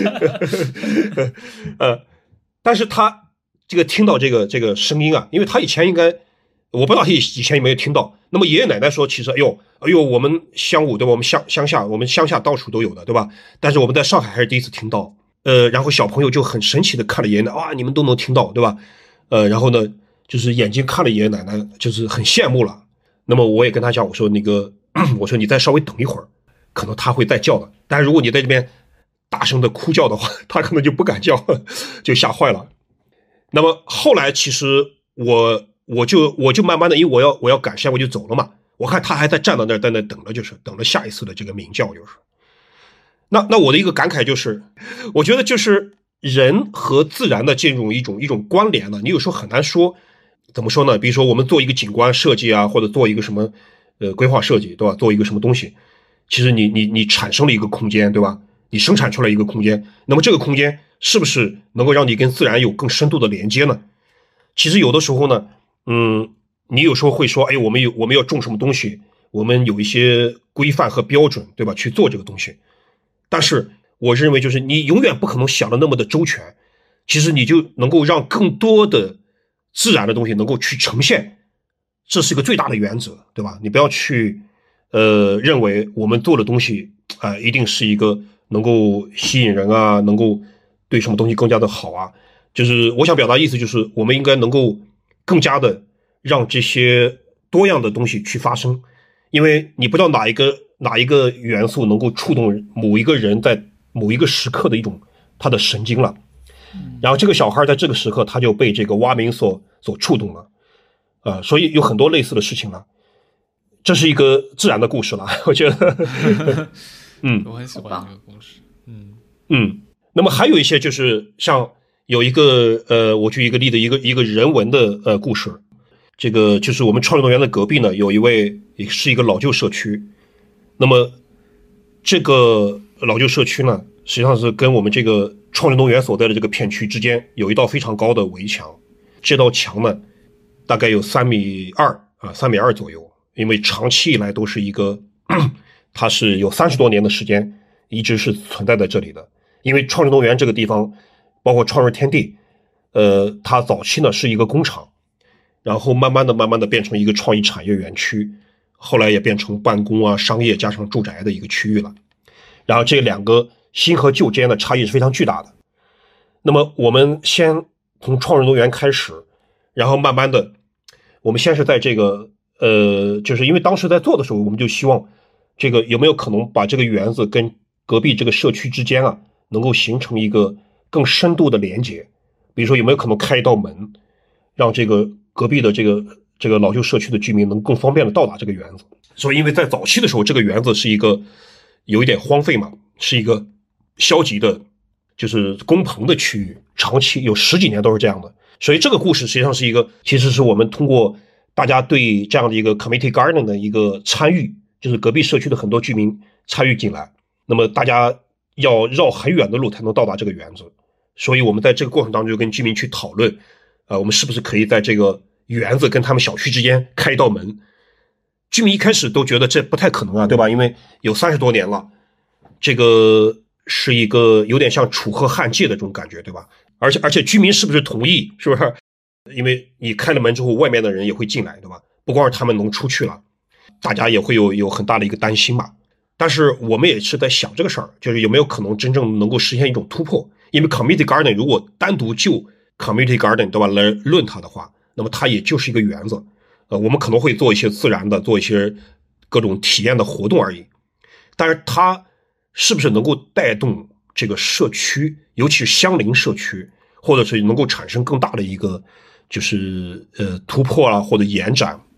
呃，但是他这个听到这个这个声音啊，因为他以前应该我不知道他以前有没有听到。那么爷爷奶奶说，其实哎呦哎呦，我们乡武对吧？我们乡乡下我们乡下到处都有的，对吧？但是我们在上海还是第一次听到。呃，然后小朋友就很神奇的看了爷爷奶奶，哇，你们都能听到，对吧？呃，然后呢，就是眼睛看了爷爷奶奶，就是很羡慕了。那么我也跟他讲，我说那个，我说你再稍微等一会儿，可能他会再叫的。但是如果你在这边大声的哭叫的话，他可能就不敢叫，就吓坏了。那么后来其实我我就我就慢慢的，因为我要我要赶时间，我就走了嘛。我看他还在站到那儿，在那等着，就是等着下一次的这个鸣叫，就是。那那我的一个感慨就是，我觉得就是人和自然的这种一种一种关联呢，你有时候很难说，怎么说呢？比如说我们做一个景观设计啊，或者做一个什么呃规划设计，对吧？做一个什么东西，其实你你你产生了一个空间，对吧？你生产出来一个空间，那么这个空间是不是能够让你跟自然有更深度的连接呢？其实有的时候呢，嗯，你有时候会说，哎，我们有我们要种什么东西，我们有一些规范和标准，对吧？去做这个东西。但是我认为就是你永远不可能想的那么的周全，其实你就能够让更多的自然的东西能够去呈现，这是一个最大的原则，对吧？你不要去呃认为我们做的东西啊、呃、一定是一个能够吸引人啊，能够对什么东西更加的好啊。就是我想表达意思就是我们应该能够更加的让这些多样的东西去发生，因为你不知道哪一个哪一个元素能够触动某一个人在某一个时刻的一种他的神经了，然后这个小孩在这个时刻他就被这个蛙鸣所所触动了，呃，所以有很多类似的事情了。这是一个自然的故事了，我觉得。嗯， 我很喜欢这个故事。嗯嗯，那么还有一些就是像有一个呃，我举一个例子，一个一个人文的呃故事。这个就是我们创运动园的隔壁呢，有一位也是一个老旧社区。那么这个老旧社区呢，实际上是跟我们这个创运动园所在的这个片区之间有一道非常高的围墙。这道墙呢，大概有三米二啊，三米二左右。因为长期以来都是一个，它是有三十多年的时间一直是存在在这里的。因为创运动园这个地方，包括创日天地，呃，它早期呢是一个工厂。然后慢慢的慢慢的变成一个创意产业园区，后来也变成办公啊、商业加上住宅的一个区域了。然后这两个新和旧之间的差异是非常巨大的。那么我们先从创运动园开始，然后慢慢的我们先是在这个呃就是因为当时在做的时候，我们就希望这个有没有可能把这个园子跟隔壁这个社区之间啊能够形成一个更深度的连接。比如说有没有可能开一道门，让这个隔壁的这个这个老旧社区的居民能更方便的到达这个园子。所以因为在早期的时候，这个园子是一个有一点荒废嘛，是一个消极的就是工棚的区域，长期有十几年都是这样的。所以这个故事实际上是一个其实是我们通过大家对这样的一个 community garden 的一个参与，就是隔壁社区的很多居民参与进来，那么大家要绕很远的路才能到达这个园子。所以我们在这个过程当中就跟居民去讨论呃，我们是不是可以在这个园子跟他们小区之间开一道门？居民一开始都觉得这不太可能啊，对吧？因为有三十多年了，这个是一个有点像楚河汉界的这种感觉，对吧？而且而且居民是不是同意？是不是？因为你开了门之后，外面的人也会进来，对吧？不光是他们能出去了，大家也会有有很大的一个担心嘛。但是我们也是在想这个事儿，就是有没有可能真正能够实现一种突破？因为 community garden 如果单独就community garden 对吧来论它的话，那么它也就是一个园子，呃，我们可能会做一些自然的，做一些各种体验的活动而已。但是它是不是能够带动这个社区，尤其是相邻社区，或者是能够产生更大的一个就是呃突破啊或者延展，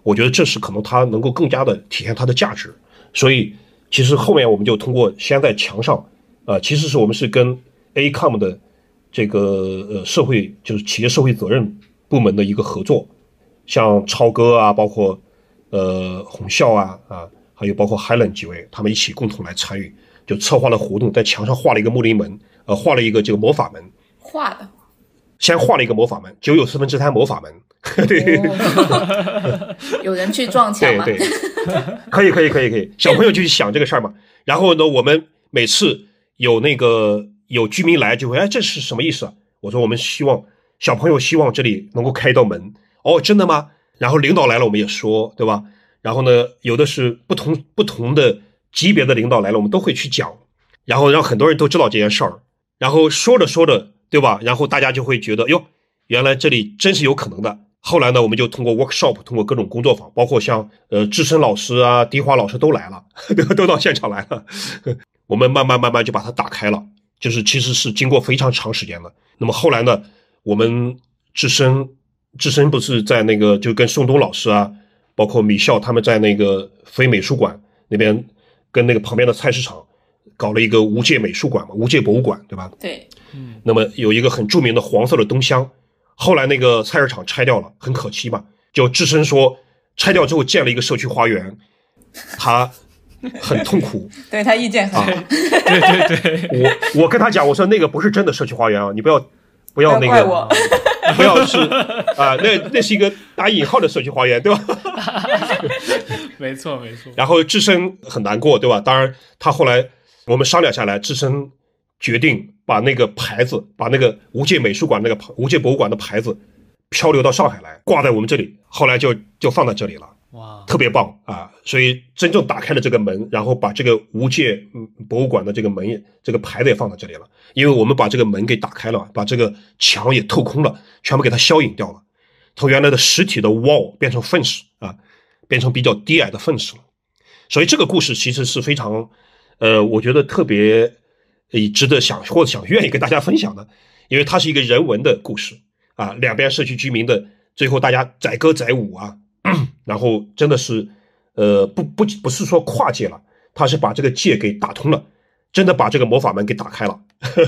我觉得这是可能它能够更加的体现它的价值。所以其实后面我们就通过先在墙上，呃，其实是我们是跟 A C O M 的这个呃社会就是企业社会责任部门的一个合作，像超哥啊，包括呃红笑啊啊，还有包括 Helen 几位，他们一起共同来参与，就策划了活动，在墙上画了一个木林门，呃，画了一个这个魔法门， 画的。 先画了一个魔法门，九有四分之三魔法门。对、 哦，有人去撞墙吗？ 对对，可以可以可以可以，小朋友就去想这个事儿嘛。然后呢，我们每次有那个有居民来，就会哎，这是什么意思啊？我说我们希望小朋友希望这里能够开一道门。哦，真的吗？然后领导来了，我们也说，对吧？然后呢，有的是不同不同的级别的领导来了，我们都会去讲，然后让很多人都知道这件事儿。然后说着说着，对吧？然后大家就会觉得，哟，原来这里真是有可能的。后来呢，我们就通过 workshop， 通过各种工作坊，包括像呃智深老师啊、迪华老师都来了，都到现场来了。我们慢慢慢慢就把它打开了，就是其实是经过非常长时间的。那么后来呢，我们智深智深不是在那个就跟宋东老师啊，包括米笑他们在那个非美术馆那边跟那个旁边的菜市场搞了一个无界美术馆嘛，无界博物馆，对吧？ 对。 嗯， 那么有一个很著名的黄色的灯箱，后来那个菜市场拆掉了，很可惜嘛。就智深说，拆掉之后建了一个社区花园，他很痛苦。 对，他意见很好。 啊、对对对，我我跟他讲，我说那个不是真的社区花园啊，你不要不要那个， 不要怪我不要是啊、呃，那那是一个打引号的社区花园，对吧？ 没错没错。 然后智深很难过，对吧？当然，他后来我们商量下来，智深决定把那个牌子，把那个无界美术馆那个无界博物馆的牌子漂流到上海来，挂在我们这里。后来就就放在这里了。 哇， 特别棒啊！所以真正打开了这个门，然后把这个无界博物馆的这个门这个牌子也放在这里了。因为我们把这个门给打开了，把这个墙也透空了，全部给它消隐掉了，从原来的实体的 wall 变成 fence 啊，变成比较低矮的 fence 了。所以这个故事其实是非常呃我觉得特别呃值得想或者想愿意跟大家分享的，因为它是一个人文的故事啊，两边社区居民的最后大家载歌载舞啊，然后真的是呃不不不是说跨界了，他是把这个界给打通了，真的把这个魔法门给打开了。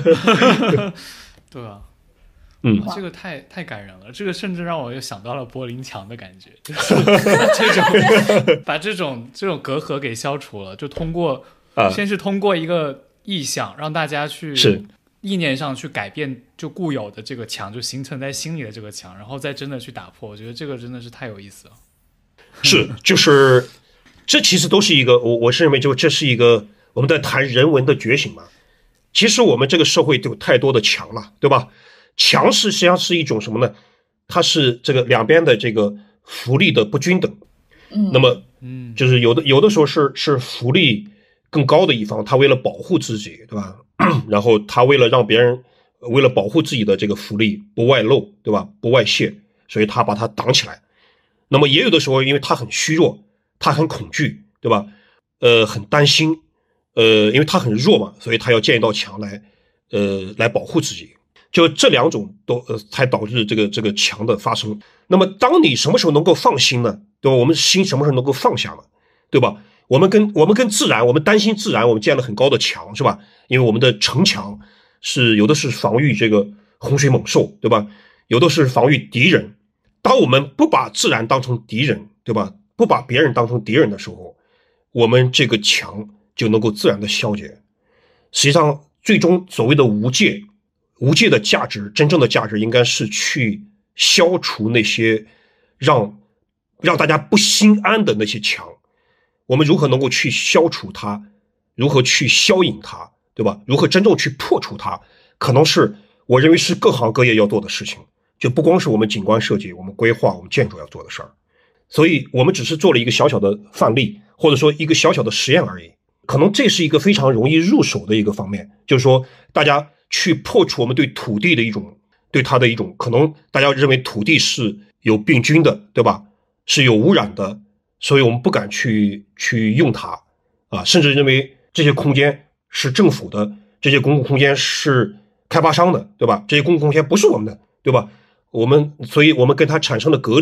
对啊， 嗯， 这个太太感人了，这个甚至让我又想到了柏林墙的感觉，就是这种把这种这种隔阂给消除了，就通过、啊、先是通过一个意象让大家去是意念上去改变就固有的这个墙，就形成在心里的这个墙，然后再真的去打破，我觉得这个真的是太有意思了。 是，就是这其实都是一个我我是认为就这是一个我们在谈人文的觉醒嘛。其实我们这个社会有太多的墙了，对吧？墙实际上是一种什么呢？它是这个两边的这个福利的不均等。 嗯， 那么嗯， 就是有的有的时候是是福利更高的一方，他为了保护自己，对吧？然后他为了让别人为了保护自己的这个福利不外露，对吧？不外泄，所以他把它挡起来。那么也有的时候因为他很虚弱，他很恐惧，对吧？呃很担心，呃因为他很弱嘛，所以他要建一道墙来呃来保护自己。就这两种都呃才导致这个这个墙的发生。那么当你什么时候能够放心呢？对吧？我们心什么时候能够放下呢？对吧？我们跟我们跟自然，我们担心自然，我们建了很高的墙，是吧？因为我们的城墙是有的是防御这个洪水猛兽，对吧？有的是防御敌人。当我们不把自然当成敌人，对吧？不把别人当成敌人的时候，我们这个墙就能够自然的消解。实际上，最终所谓的无界，无界的价值，真正的价值应该是去消除那些让让大家不心安的那些墙。我们如何能够去消除它？如何去消隐它？对吧？如何真正去破除它？可能是我认为是各行各业要做的事情。就不光是我们景观设计、我们规划、我们建筑要做的事儿，所以我们只是做了一个小小的范例，或者说一个小小的实验而已。可能这是一个非常容易入手的一个方面，就是说大家去破除我们对土地的一种对它的一种可能，大家认为土地是有病菌的，对吧？是有污染的，所以我们不敢去去用它啊，甚至认为这些空间是政府的，这些公共空间是开发商的，对吧？这些公共空间不是我们的，对吧？我们所以我们跟它产生了隔离，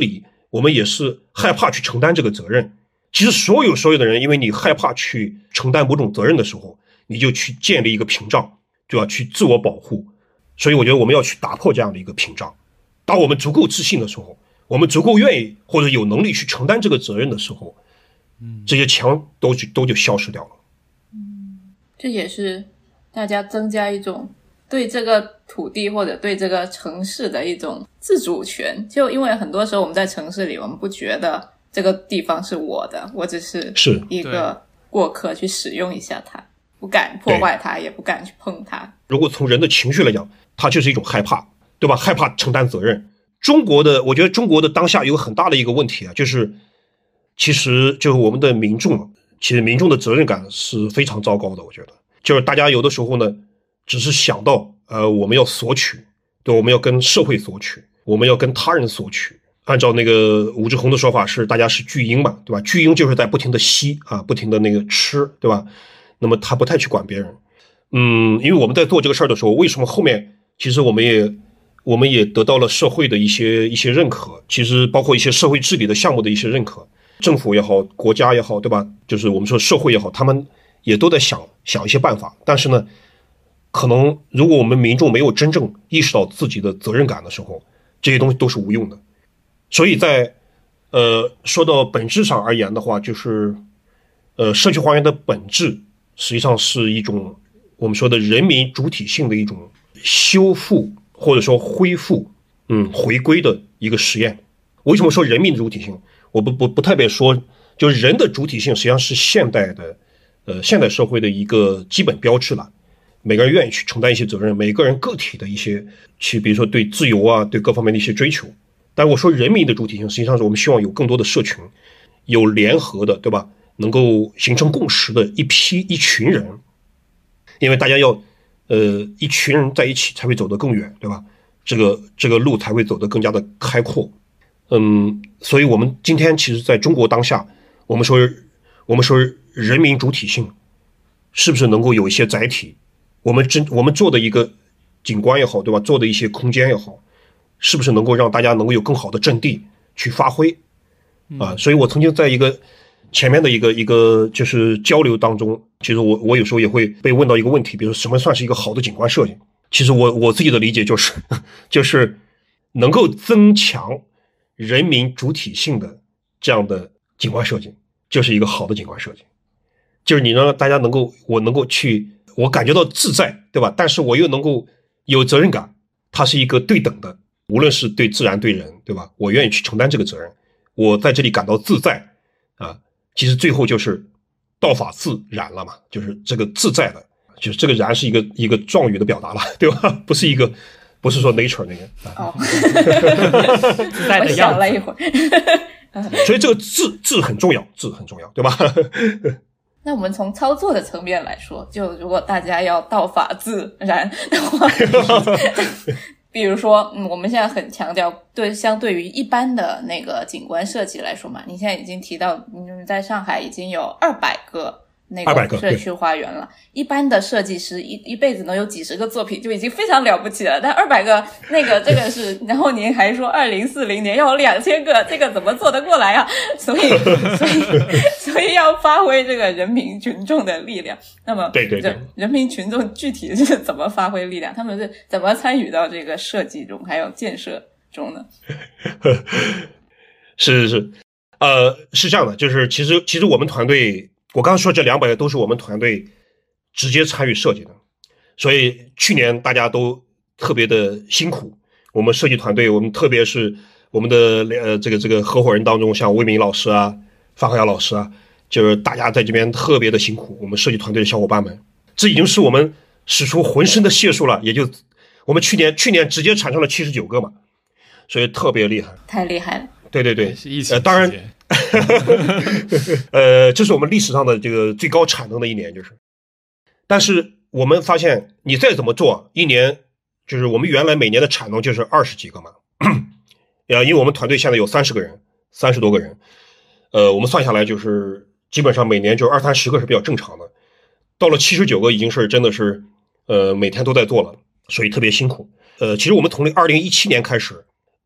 我们也是害怕去承担这个责任。其实所有所有的人，因为你害怕去承担某种责任的时候，你就去建立一个屏障，就要去自我保护。所以我觉得我们要去打破这样的一个屏障。当我们足够自信的时候，我们足够愿意或者有能力去承担这个责任的时候，嗯，这些墙都就都就消失掉了。 嗯，这也是大家增加一种对这个土地或者对这个城市的一种自主权。就因为很多时候我们在城市里，我们不觉得这个地方是我的，我只是一个过客去使用一下它，不敢破坏它，也不敢去碰它。 如果从人的情绪来讲，它就是一种害怕，对吧？害怕承担责任。中国的，我觉得中国的当下有很大的一个问题啊，就是其实就是我们的民众，其实民众的责任感是非常糟糕的。我觉得就是大家有的时候呢，只是想到呃我们要索取，对，我们要跟社会索取，我们要跟他人索取。按照那个武志红的说法是，大家是巨婴嘛，对吧？巨婴就是在不停的吸啊，不停的那个吃，对吧？那么他不太去管别人。嗯，因为我们在做这个事儿的时候，为什么后面其实我们也我们也得到了社会的一些一些认可，其实包括一些社会治理的项目的一些认可，政府也好，国家也好，对吧？就是我们说社会也好，他们也都在想想一些办法。但是呢，可能如果我们民众没有真正意识到自己的责任感的时候，这些东西都是无用的。所以在呃说到本质上而言的话，就是呃社区花园的本质实际上是一种我们说的人民主体性的一种修复或者说恢复，嗯，回归的一个实验。为什么说人民主体性？我不不不特别说，就是人的主体性实际上是现代的，呃，现代社会的一个基本标志了。每个人愿意去承担一些责任，每个人个体的一些去，比如说对自由啊，对各方面的一些追求。但我说人民的主体性，实际上是我们希望有更多的社群，有联合的，对吧？能够形成共识的一批一群人，因为大家要。呃，一群人在一起才会走得更远，对吧？这个这个路才会走得更加的开阔。嗯，所以我们今天其实在中国当下，我们说我们说人民主体性是不是能够有一些载体？我们真我们做的一个景观也好，对吧？做的一些空间也好，是不是能够让大家能够有更好的阵地去发挥啊？所以我曾经在一个前面的一个一个就是交流当中，其实我我有时候也会被问到一个问题，比如什么算是一个好的景观设计？其实我我自己的理解就是就是能够增强人民主体性的这样的景观设计，就是一个好的景观设计。就是你让大家能够我能够去我感觉到自在，对吧？但是我又能够有责任感，它是一个对等的，无论是对自然对人，对吧？我愿意去承担这个责任，我在这里感到自在啊。其实最后就是道法自然了嘛，就是这个自在的，就是这个然是一个一个状语的表达了，对吧？不是一个，不是说 nature 那个。 哦， 自在的样子。 我想了一会儿。所以这个自自很重要，自很重要，对吧？ 那我们从操作的层面来说，就如果大家要道法自然的话。比如说，嗯，我们现在很强调，对，相对于一般的那个景观设计来说嘛，你现在已经提到，嗯，在上海已经有二百个那个社区花园了。一般的设计师一一辈子能有几十个作品就已经非常了不起了，但二百个那个这个是，然后您还说二零四零年要有两千个，这个怎么做得过来啊？所以，所以，所以要发挥这个人民群众的力量。那么， 对对对， 人民群众具体是怎么发挥力量？他们是怎么参与到这个设计中还有建设中呢？ 是是是，呃，是这样的，就是其实其实我们团队。我刚刚说这两百个都是我们团队直接参与设计的，所以去年大家都特别的辛苦。我们设计团队，我们特别是我们的呃这个这个合伙人当中，像魏明老师啊、范浩亚老师啊，就是大家在这边特别的辛苦。我们设计团队的小伙伴们，这已经是我们使出浑身的解数了。也就我们去年去年直接产生了七十九个嘛，所以特别厉害， 太厉害了。 对对对， 是一起呃，当然。呃，这是我们历史上的这个最高产能的一年，就是。但是我们发现，你再怎么做，一年就是我们原来每年的产能就是二十几个嘛，呃，因为我们团队现在有三十个人，三十多个人，呃，我们算下来就是基本上每年就二三十个是比较正常的，到了七十九个已经是真的是呃每天都在做了，所以特别辛苦。呃，其实我们从二零一七年开始。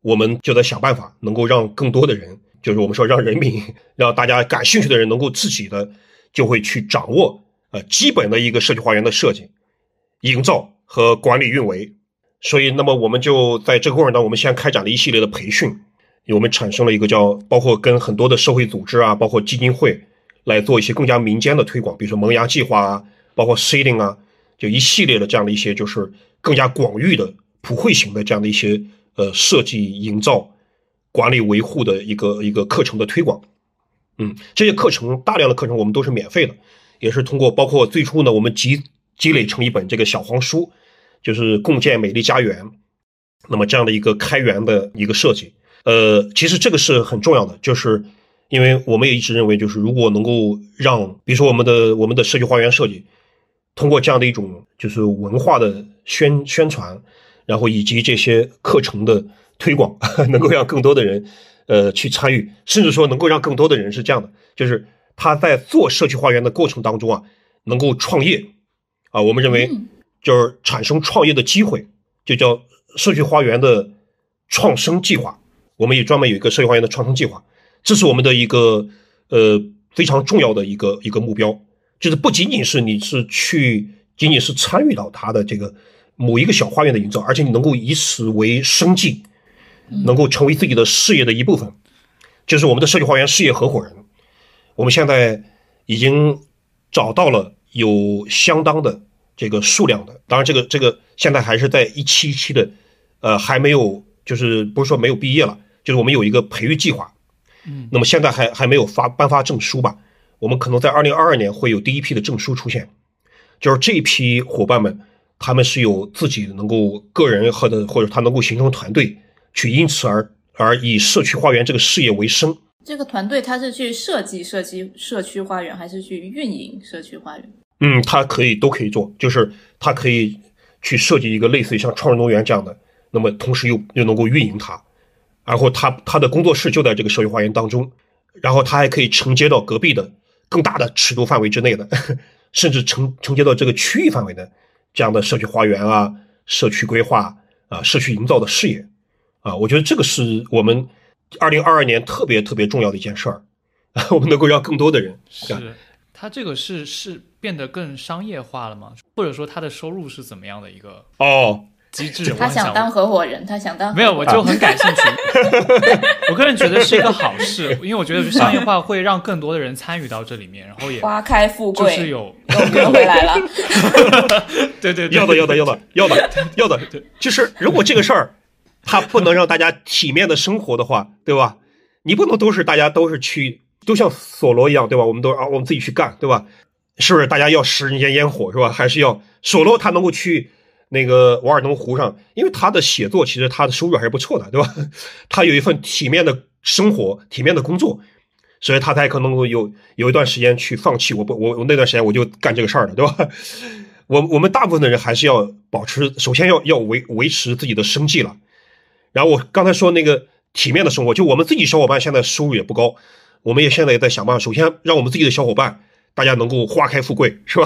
我们就在想办法能够让更多的人，就是我们说让人民，让大家感兴趣的人能够自己的就会去掌握呃基本的一个社区花园的设计、营造和管理运维。所以那么我们就在这个过程当中，我们先开展了一系列的培训，我们产生了一个叫包括跟很多的社会组织啊，包括基金会来做一些更加民间的推广，比如说萌芽计划啊，包括 seeding 啊，就一系列的这样的一些就是更加广域的普惠型的这样的一些呃设计、营造、管理、维护的一个一个课程的推广。嗯，这些课程大量的课程我们都是免费的，也是通过包括最初呢我们积积累成一本这个小黄书，就是共建美丽家园，那么这样的一个开源的一个设计。呃，其实这个是很重要的，就是因为我们也一直认为，就是如果能够让，比如说我们的我们的社区花园设计，通过这样的一种就是文化的宣宣传，然后以及这些课程的推广，能够让更多的人呃去参与，甚至说能够让更多的人是这样的，就是他在做社区花园的过程当中啊，能够创业啊，我们认为就是产生创业的机会，就叫社区花园的创生计划。我们也专门有一个社区花园的创生计划，这是我们的一个呃非常重要的一个一个目标，就是不仅仅是你是去仅仅是参与到它的这个某一个小花园的营造，而且你能够以此为生计，能够成为自己的事业的一部分，就是我们的社区花园事业合伙人。我们现在已经找到了有相当的这个数量的，当然这个这个现在还是在一期一期的，呃还没有，就是不是说没有毕业了，就是我们有一个培育计划，嗯，那么现在还还没有发颁发证书吧，我们可能在二零二二年会有第一批的证书出现，就是这一批伙伴们，他们是有自己能够个人或者或者他能够形成团队，去因此而而以社区花园这个事业为生。 这个团队他是去设计社区社区花园，还是去运营社区花园？ 嗯，他可以都可以做，就是他可以去设计一个类似于像创日农园这样的，那么同时又又能够运营它，然后他他的工作室就在这个社区花园当中，然后他还可以承接到隔壁的更大的尺度范围之内的，呵呵甚至承承接到这个区域范围的这样的社区花园啊、社区规划啊、社区营造的事业啊，我觉得这个是我们二零二二年特别特别重要的一件事儿，我们能够让更多的人是。它这个是是变得更商业化了吗？或者说它的收入是怎么样的一个哦机制？ 他想当合伙人，他想当合伙人没有，我就很感兴趣。我个人觉得是一个好事，因为我觉得商业化会让更多的人参与到这里面，然后也花开富贵， 就是有又回来了。 对对对， 要的要的要的要的要的，就是如果这个事儿它不能让大家体面的生活的话，对吧？你不能都是大家都是去。都像索罗一样，对吧？我们都啊，我们自己去干，对吧？是不是？大家要食人间烟火，是吧？还是要索罗他能够去那个瓦尔登湖上，因为他的写作其实他的收入还是不错的，对吧？他有一份体面的生活，体面的工作，所以他才可能有有一段时间去放弃。我不，我我那段时间我就干这个事儿了，对吧？我我们大部分的人还是要保持，首先要要维维持自己的生计了。然后我刚才说那个体面的生活，就我们自己小伙伴现在收入也不高。我们也现在也在想办法，首先让我们自己的小伙伴大家能够花开富贵，是吧？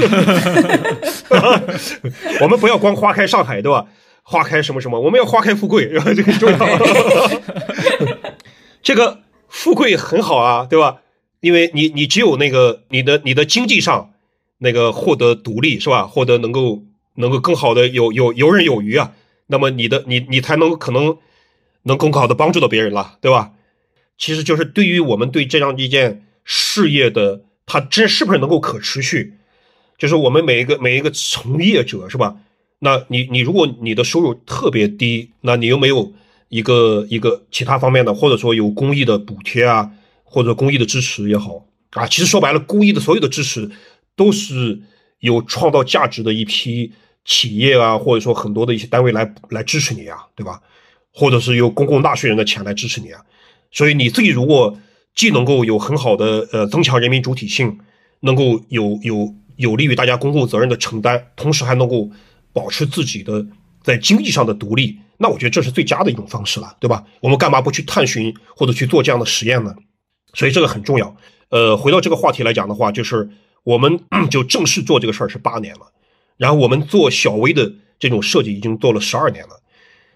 我们不要光花开上海，对吧？花开什么什么，我们要花开富贵，这个很重要。这个富贵很好啊，对吧？因为你你只有那个你的你的经济上那个获得独立，是吧？获得能够能够更好的有有游刃有余啊，那么你的你你才能可能能更好的帮助到别人了，对吧？其实就是对于我们对这样一件事业的，它真是不是能够可持续，就是我们每一个每一个从业者，是吧？那你你如果你的收入特别低，那你又没有一个一个其他方面的，或者说有公益的补贴啊，或者公益的支持也好啊，其实说白了，公益的所有的支持都是有创造价值的一批企业啊，或者说很多的一些单位来来支持你啊，对吧？或者是由公共纳税人的钱来支持你啊。所以你自己如果既能够有很好的呃增强人民主体性，能够有有有利于大家公共责任的承担，同时还能够保持自己的在经济上的独立，那我觉得这是最佳的一种方式了，对吧？我们干嘛不去探寻或者去做这样的实验呢？所以这个很重要。呃，回到这个话题来讲的话，就是我们就正式做这个事儿是八年了，然后我们做小微的这种设计已经做了十二年了。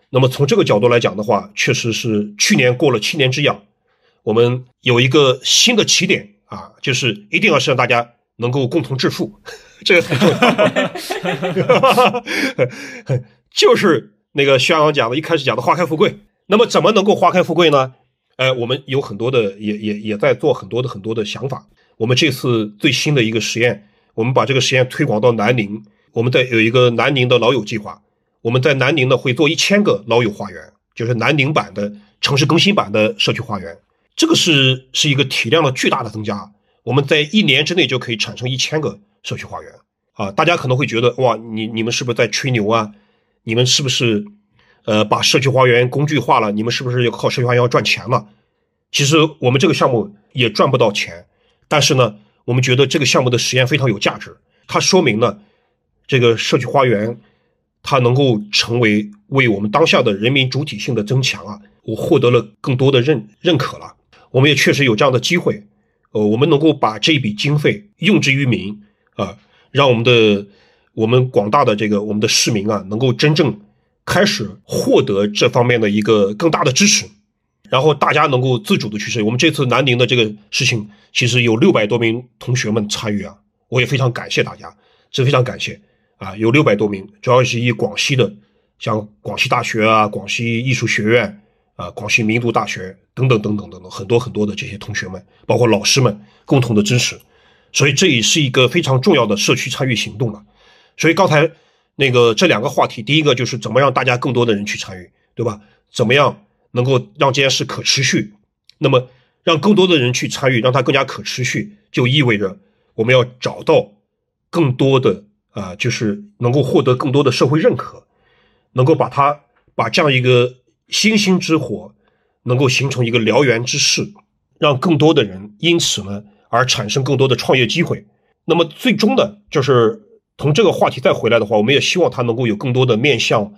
那么从这个角度来讲的话，确实是去年过了七年之痒，我们有一个新的起点啊，就是一定要是让大家能够共同致富，这个很重要。就是那个徐阳讲的，一开始讲的花开富贵。那么怎么能够花开富贵呢？呃，我们有很多的，也也也在做很多的很多的想法。我们这次最新的一个实验，我们把这个实验推广到南宁，我们在有一个南宁的老友计划。我们在南宁呢会做一千个老友花园，就是南宁版的城市更新版的社区花园。这个是是一个体量的巨大的增加，我们在一年之内就可以产生一千个社区花园啊！大家可能会觉得哇，你你们是不是在吹牛啊？你们是不是呃把社区花园工具化了？你们是不是要靠社区花园要赚钱了？其实我们这个项目也赚不到钱，但是呢，我们觉得这个项目的实验非常有价值。它说明呢，这个社区花园它能够成为为我们当下的人民主体性的增强啊，我获得了更多的认认可了。我们也确实有这样的机会，呃，我们能够把这一笔经费用之于民啊，让我们的我们广大的这个我们的市民啊，能够真正开始获得这方面的一个更大的支持，然后大家能够自主的去实现。我们这次南宁的这个事情，其实有六百多名同学们参与啊，我也非常感谢大家，真非常感谢。啊，有六百多名，主要是以广西的，像广西大学啊、广西艺术学院啊、广西民族大学等等等等等等，很多很多的这些同学们，包括老师们共同的支持，所以这也是一个非常重要的社区参与行动了。所以刚才那个这两个话题，第一个就是怎么让大家更多的人去参与，对吧？怎么样能够让这件事可持续？那么让更多的人去参与，让它更加可持续，就意味着我们要找到更多的。啊、呃，就是能够获得更多的社会认可，能够把它把这样一个星星之火，能够形成一个燎原之势，让更多的人因此呢而产生更多的创业机会。那么最终的就是从这个话题再回来的话，我们也希望它能够有更多的面向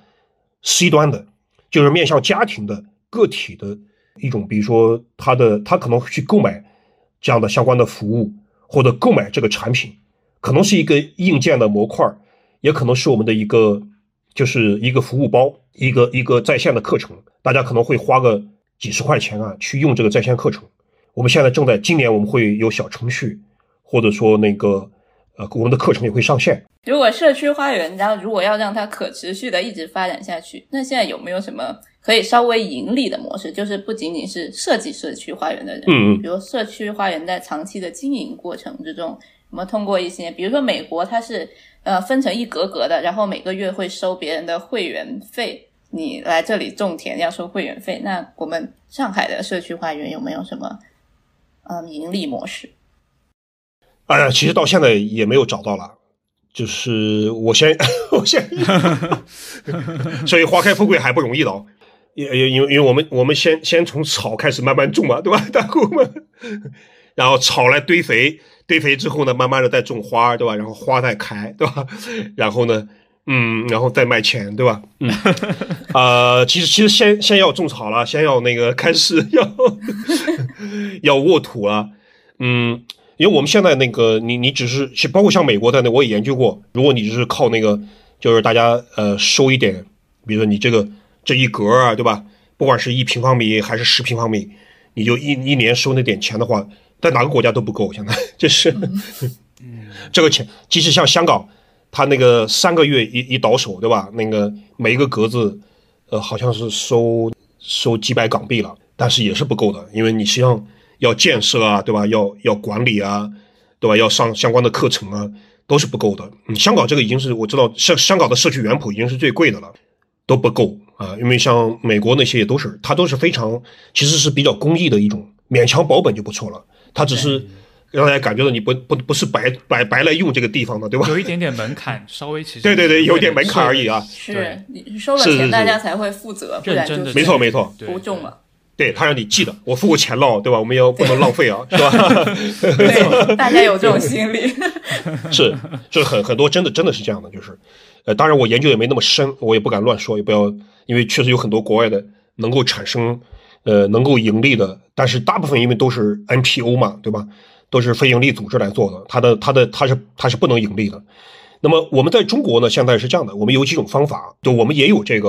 C 端的，就是面向家庭的个体的一种，比如说他的他可能去购买这样的相关的服务，或者购买这个产品。可能是一个硬件的模块，也可能是我们的一个就是一个服务包，一个一个在线的课程，大家可能会花个几十块钱啊去用这个在线课程。我们现在正在今年我们会有小程序，或者说那个呃我们的课程也会上线。 如果社区花园，然后如果要让它可持续的一直发展下去，那现在有没有什么可以稍微盈利的模式？就是不仅仅是设计社区花园的人， 嗯嗯， 比如社区花园在长期的经营过程之中。我们通过一些，比如说美国它是呃分成一格格的，然后每个月会收别人的会员费，你来这里种田要收会员费。那我们上海的社区花园有没有什么嗯盈利模式？ 哎呀，其实到现在也没有找到了，就是我先我先所以花开富贵还不容易的哦，因因因为因为我们我们先先从草开始慢慢种嘛，对吧？大姑们，然后草来堆肥。堆肥之后呢，慢慢的再种花，对吧？然后花再开，对吧？然后呢，嗯，然后再卖钱，对吧？嗯，呃，其实其实先先要种草了，先要那个开始要要沃土了，嗯，因为我们现在那个你你只是包括像美国在内，我也研究过，如果你只是靠那个就是大家呃收一点，比如说你这个这一格啊，对吧？不管是一平方米还是十平方米，你就一一年收那点钱的话。在哪个国家都不够，现在这是，这个钱，即使像香港，他那个三个月一一倒手，对吧？那个每一个格子，呃，好像是收收几百港币了，但是也是不够的，因为你实际上要建设啊，对吧？要要管理啊，对吧？要上相关的课程啊，都是不够的。嗯，香港这个已经是我知道，香香港的社区园圃已经是最贵的了，都不够啊、呃，因为像美国那些也都是，它都是非常其实是比较公益的一种，勉强保本就不错了。它只是让大家感觉到你不不不是白白白来用这个地方的，对吧？ 有一点点门槛，稍微其实对对对，有点门槛而已啊。 是你收了钱，大家才会负责，不然就是没错没错， 不种嘛。 对，他让你记得，我付过钱了，对吧？我们要不能浪费啊，是吧？ 对，大家有这种心理。 是，是很很多真的真的是这样的，就是呃，当然我研究也没那么深，我也不敢乱说，也不要，因为确实有很多国外的能够产生。呃，能够盈利的，但是大部分因为都是 N P O 嘛，对吧？都是非盈利组织来做的，它的它的它是它是不能盈利的。那么我们在中国呢，现在是这样的，我们有几种方法，就我们也有这个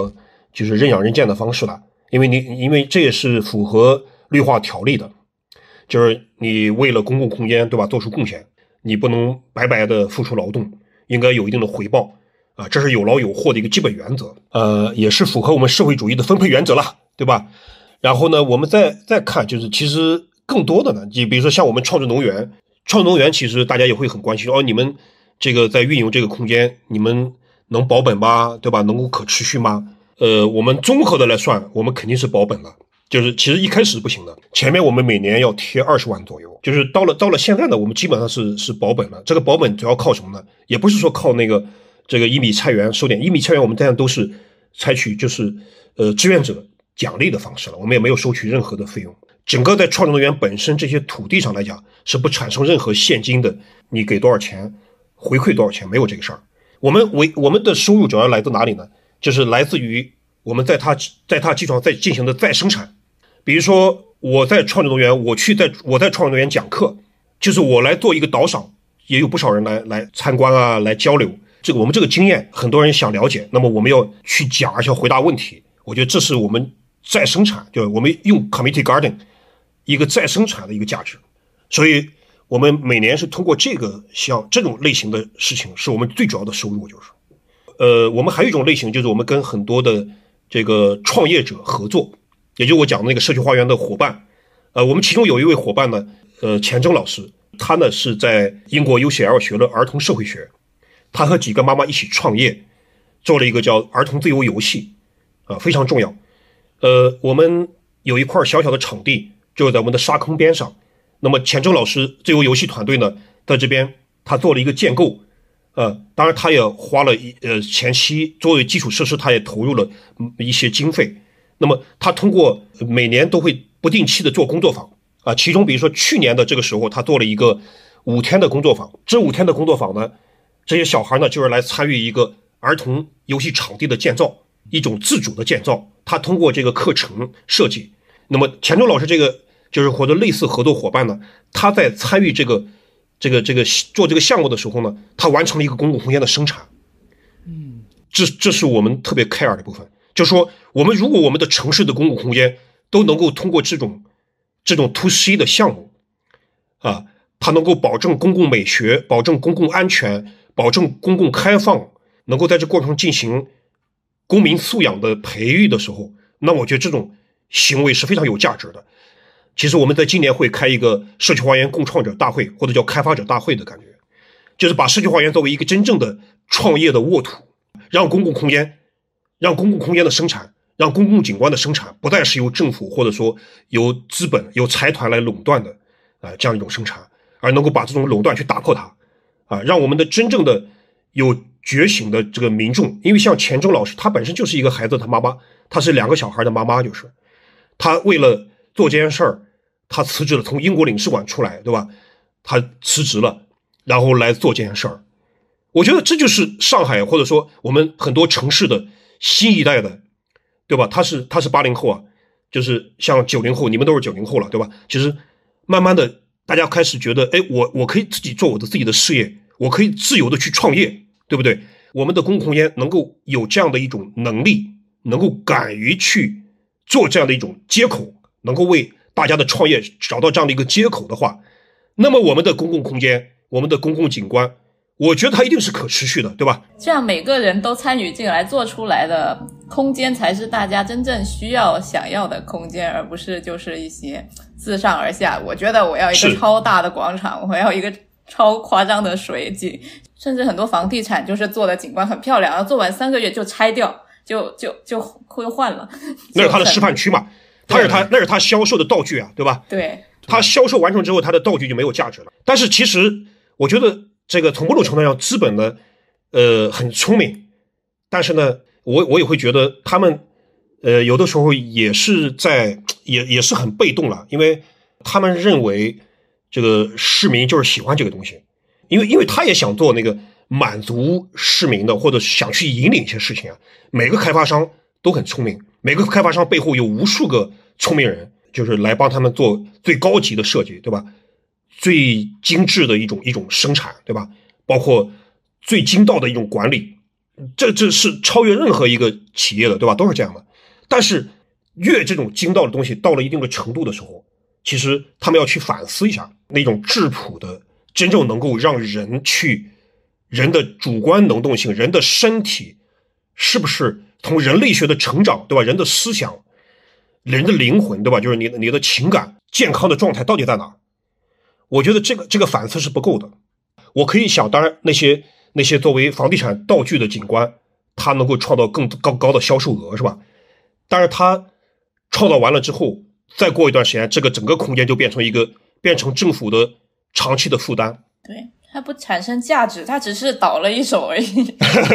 就是认养认建的方式了，因为你因为这也是符合绿化条例的，就是你为了公共空间，对吧，做出贡献，你不能白白的付出劳动，应该有一定的回报啊，这是有劳有获的一个基本原则，呃，也是符合我们社会主义的分配原则了，对吧？然后呢，我们再再看，就是其实更多的呢，你比如说像我们创智农园，创智农园其实大家也会很关心，哦，你们这个在运营这个空间，你们能保本吗？对吧？能够可持续吗？呃，我们综合的来算，我们肯定是保本了。就是其实一开始不行的，前面我们每年要贴二十万左右，就是到了到了现在呢，我们基本上是是保本了。这个保本主要靠什么呢？也不是说靠那个这个一米菜园收点，一米菜园我们当然都是采取就是呃志愿者奖励的方式了，我们也没有收取任何的费用。整个在创智农园本身这些土地上来讲是不产生任何现金的，你给多少钱回馈多少钱，没有这个事儿。我们为我们的收入主要来自哪里呢？就是来自于我们在它在它基础上再进行的再生产。比如说我在创智农园，我去在我在创智农园讲课，就是我来做一个导赏，也有不少人来来参观啊，来交流。这个我们这个经验很多人想了解，那么我们要去讲，而且要回答问题。我觉得这是我们再生产，就是我们用 community garden 一个再生产的一个价值。所以我们每年是通过这个像这种类型的事情是我们最主要的收入。就是呃，我们还有一种类型，就是我们跟很多的这个创业者合作，也就是我讲的那个社区花园的伙伴。呃，我们其中有一位伙伴呢，呃，钱征老师，他呢是在英国 U C L 学了儿童社会学，他和几个妈妈一起创业，做了一个叫儿童自由游戏，啊、呃，非常重要。呃，我们有一块小小的场地，就在我们的沙坑边上。那么钱征老师自由游戏团队呢，在这边他做了一个建构，呃，当然他也花了一呃前期作为基础设施，他也投入了一些经费。那么他通过每年都会不定期的做工作坊啊，其中比如说去年的这个时候，他做了一个五天的工作坊。这五天的工作坊呢，这些小孩呢就是来参与一个儿童游戏场地的建造，一种自主的建造。他通过这个课程设计，那么钱钟老师这个就是或者类似合作伙伴呢，他在参与这个这个这个做这个项目的时候呢，他完成了一个公共空间的生产。嗯，这这是我们特别 care 的部分。就是说，我们如果我们的城市的公共空间都能够通过这种这种 to C 的项目啊，它能够保证公共美学，保证公共安全，保证公共开放，能够在这过程中进行公民素养的培育的时候，那我觉得这种行为是非常有价值的。其实我们在今年会开一个社区花园共创者大会，或者叫开发者大会的感觉，就是把社区花园作为一个真正的创业的沃土，让公共空间让公共空间的生产，让公共景观的生产不再是由政府或者说由资本由财团来垄断的啊、呃、这样一种生产，而能够把这种垄断去打破它啊，让我们的真正的有觉醒的这个民众。因为像钱钟老师，他本身就是一个孩子他妈妈，他是两个小孩的妈妈，就是他为了做这件事儿，他辞职了，从英国领事馆出来，对吧？他辞职了，然后来做这件事儿。我觉得这就是上海或者说我们很多城市的新一代的，对吧？他是他是八零后啊，就是像九零后，你们都是九零后了，对吧？其实慢慢的大家开始觉得，哎，我我可以自己做我的自己的事业，我可以自由的去创业，对不对？我们的公共空间能够有这样的一种能力，能够敢于去做这样的一种接口，能够为大家的创业找到这样的一个接口的话，那么我们的公共空间，我们的公共景观，我觉得它一定是可持续的，对吧？ 这样每个人都参与进来做出来的空间才是大家真正需要想要的空间，而不是就是一些自上而下，我觉得我要一个超大的广场，我要一个超夸张的水景，甚至很多房地产就是做的景观很漂亮，然后做完三个月就拆掉，就就就会换了。 那是他的示范区嘛，他是他那是他销售的道具啊，对吧？ 对， 他销售完成之后，他的道具就没有价值了。但是其实我觉得这个从某种程度上，资本呢，呃，很聪明，但是呢，我我也会觉得他们，呃，有的时候也是在也也是很被动了，因为他们认为这个市民就是喜欢这个东西，因为因为他也想做那个满足市民的，或者想去引领一些事情啊。每个开发商都很聪明，每个开发商背后有无数个聪明人，就是来帮他们做最高级的设计，对吧？最精致的一种一种生产，对吧？包括最精到的一种管理， 这这是超越任何一个企业的，对吧？都是这样的。但是越这种精到的东西到了一定的程度的时候，其实他们要去反思一下那种质朴的，真正能够让人去人的主观能动性，人的身体是不是从人类学的成长，对吧？人的思想，人的灵魂，对吧？就是你的你的情感健康的状态到底在哪？我觉得这个这个反思是不够的。我可以想，当然那些那些作为房地产道具的景观，它能够创造更高高的销售额，是吧？但是它创造完了之后，再过一段时间，这个整个空间就变成一个变成政府的长期的负担。 对，它不产生价值，它只是倒了一手而已。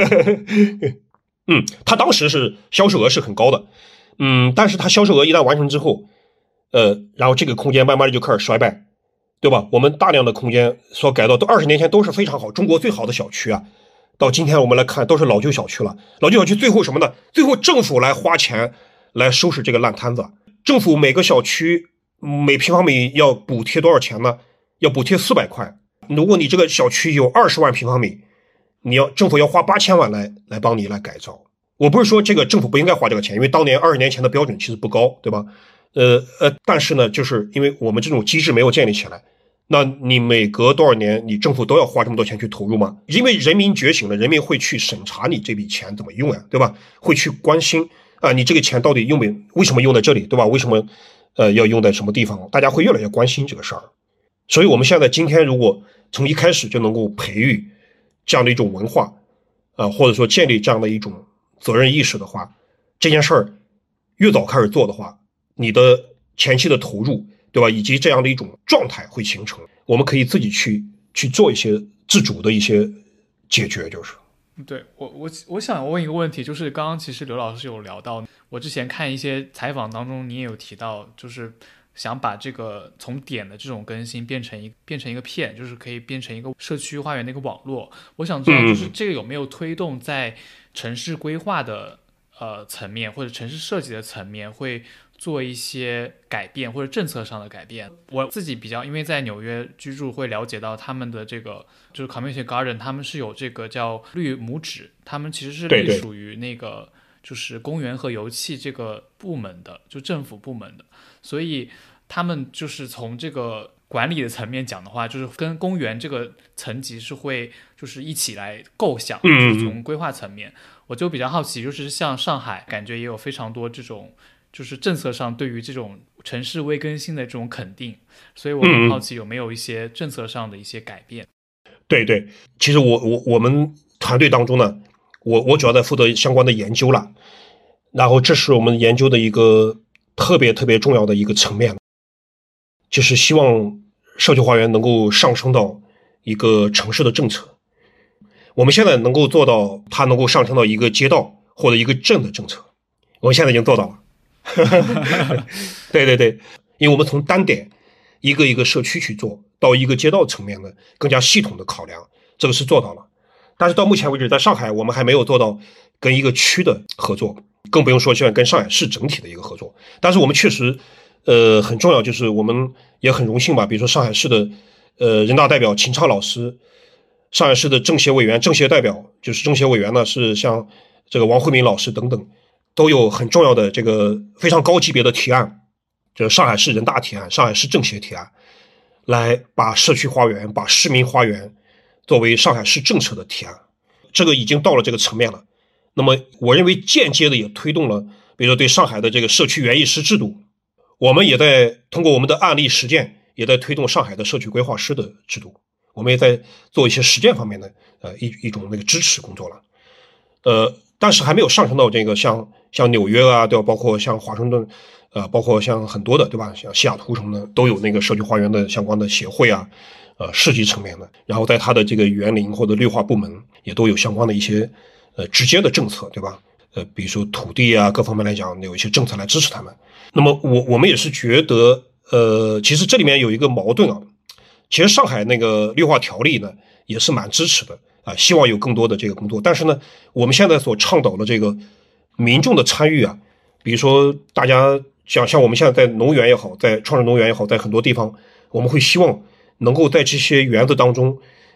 嗯，它当时是销售额是很高的，嗯，但是它销售额一旦完成之后，呃，然后这个空间慢慢的就开始衰败，对吧？我们大量的空间所改造，都二十年前都是非常好，中国最好的小区啊，到今天我们来看都是老旧小区了。老旧小区最后什么呢？最后政府来花钱来收拾这个烂摊子。政府每个小区每平方米要补贴多少钱呢？要补贴四百块。如果你这个小区有二十万平方米，你要政府要花八千万来来帮你来改造。我不是说这个政府不应该花这个钱，因为当年二十年前的标准其实不高，对吧？呃呃，但是呢，就是因为我们这种机制没有建立起来，那你每隔多少年，你政府都要花这么多钱去投入吗？因为人民觉醒了，人民会去审查你这笔钱怎么用呀，对吧？会去关心啊、呃，你这个钱到底用没？为什么用在这里，对吧？为什么呃要用在什么地方？大家会越来越关心这个事儿。所以我们现在今天如果从一开始就能够培育这样的一种文化，啊、呃，或者说建立这样的一种责任意识的话，这件事儿越早开始做的话，你的前期的投入，对吧？以及这样的一种状态会形成，我们可以自己去去做一些自主的一些解决，就是。 对，我我我想问一个问题，就是刚刚其实刘老师有聊到，我之前看一些采访当中，你也有提到，就是想把这个从点的这种更新变成一变成一个片，就是可以变成一个社区花园的一个网络。我想知道，就是这个有没有推动在城市规划的呃层面或者城市设计的层面会做一些改变或者政策上的改变。我自己比较因为在纽约居住，会了解到他们的这个就是 community garden， 他们是有这个叫绿拇指，他们其实是隶属于那个就是公园和油气这个部门的，就政府部门的，所以他们就是从这个管理的层面讲的话，就是跟公园这个层级是会就是一起来构想，就是从规划层面。我就比较好奇，就是像上海感觉也有非常多这种就是政策上对于这种城市微更新的这种肯定，所以我很好奇有没有一些政策上的一些改变。 嗯、对对，其实我我我们团队当中呢，我我主要在负责相关的研究了，然后这是我们研究的一个特别特别重要的一个层面，就是希望社区花园能够上升到一个城市的政策。我们现在能够做到它能够上升到一个街道或者一个镇的政策，我们现在已经做到了。对对对，因为我们从单点一个一个社区去做到一个街道层面的更加系统的考量，这个是做到了。但是到目前为止，在上海我们还没有做到跟一个区的合作，更不用说现在跟上海市整体的一个合作。但是我们确实呃很重要，就是我们也很荣幸吧，比如说上海市的呃人大代表秦昌老师，上海市的政协委员、政协代表，就是政协委员呢是像这个王慧敏老师等等，都有很重要的这个非常高级别的提案，就是上海市人大提案、上海市政协提案，来把社区花园、把市民花园作为上海市政策的提案，这个已经到了这个层面了。那么我认为间接的也推动了，比如说对上海的这个社区园艺师制度，我们也在通过我们的案例实践，也在推动上海的社区规划师的制度。我们也在做一些实践方面的呃一一种那个支持工作了，呃，但是还没有上升到这个像像纽约啊，对吧？包括像华盛顿，呃，包括像很多的，对吧？像西雅图什么的，都有那个社区花园的相关的协会啊，呃，市级层面的。然后在它的这个园林或者绿化部门也都有相关的一些呃直接的政策，对吧？呃，比如说土地啊，各方面来讲有一些政策来支持他们。那么我我们也是觉得，呃，其实这里面有一个矛盾啊。其实上海那个绿化条例呢也是蛮支持的啊，希望有更多的这个工作。但是呢，我们现在所倡导的这个民众的参与啊，比如说大家像像我们现在在农园也好，在创世农园也好，在很多地方，我们会希望能够在这些园子当中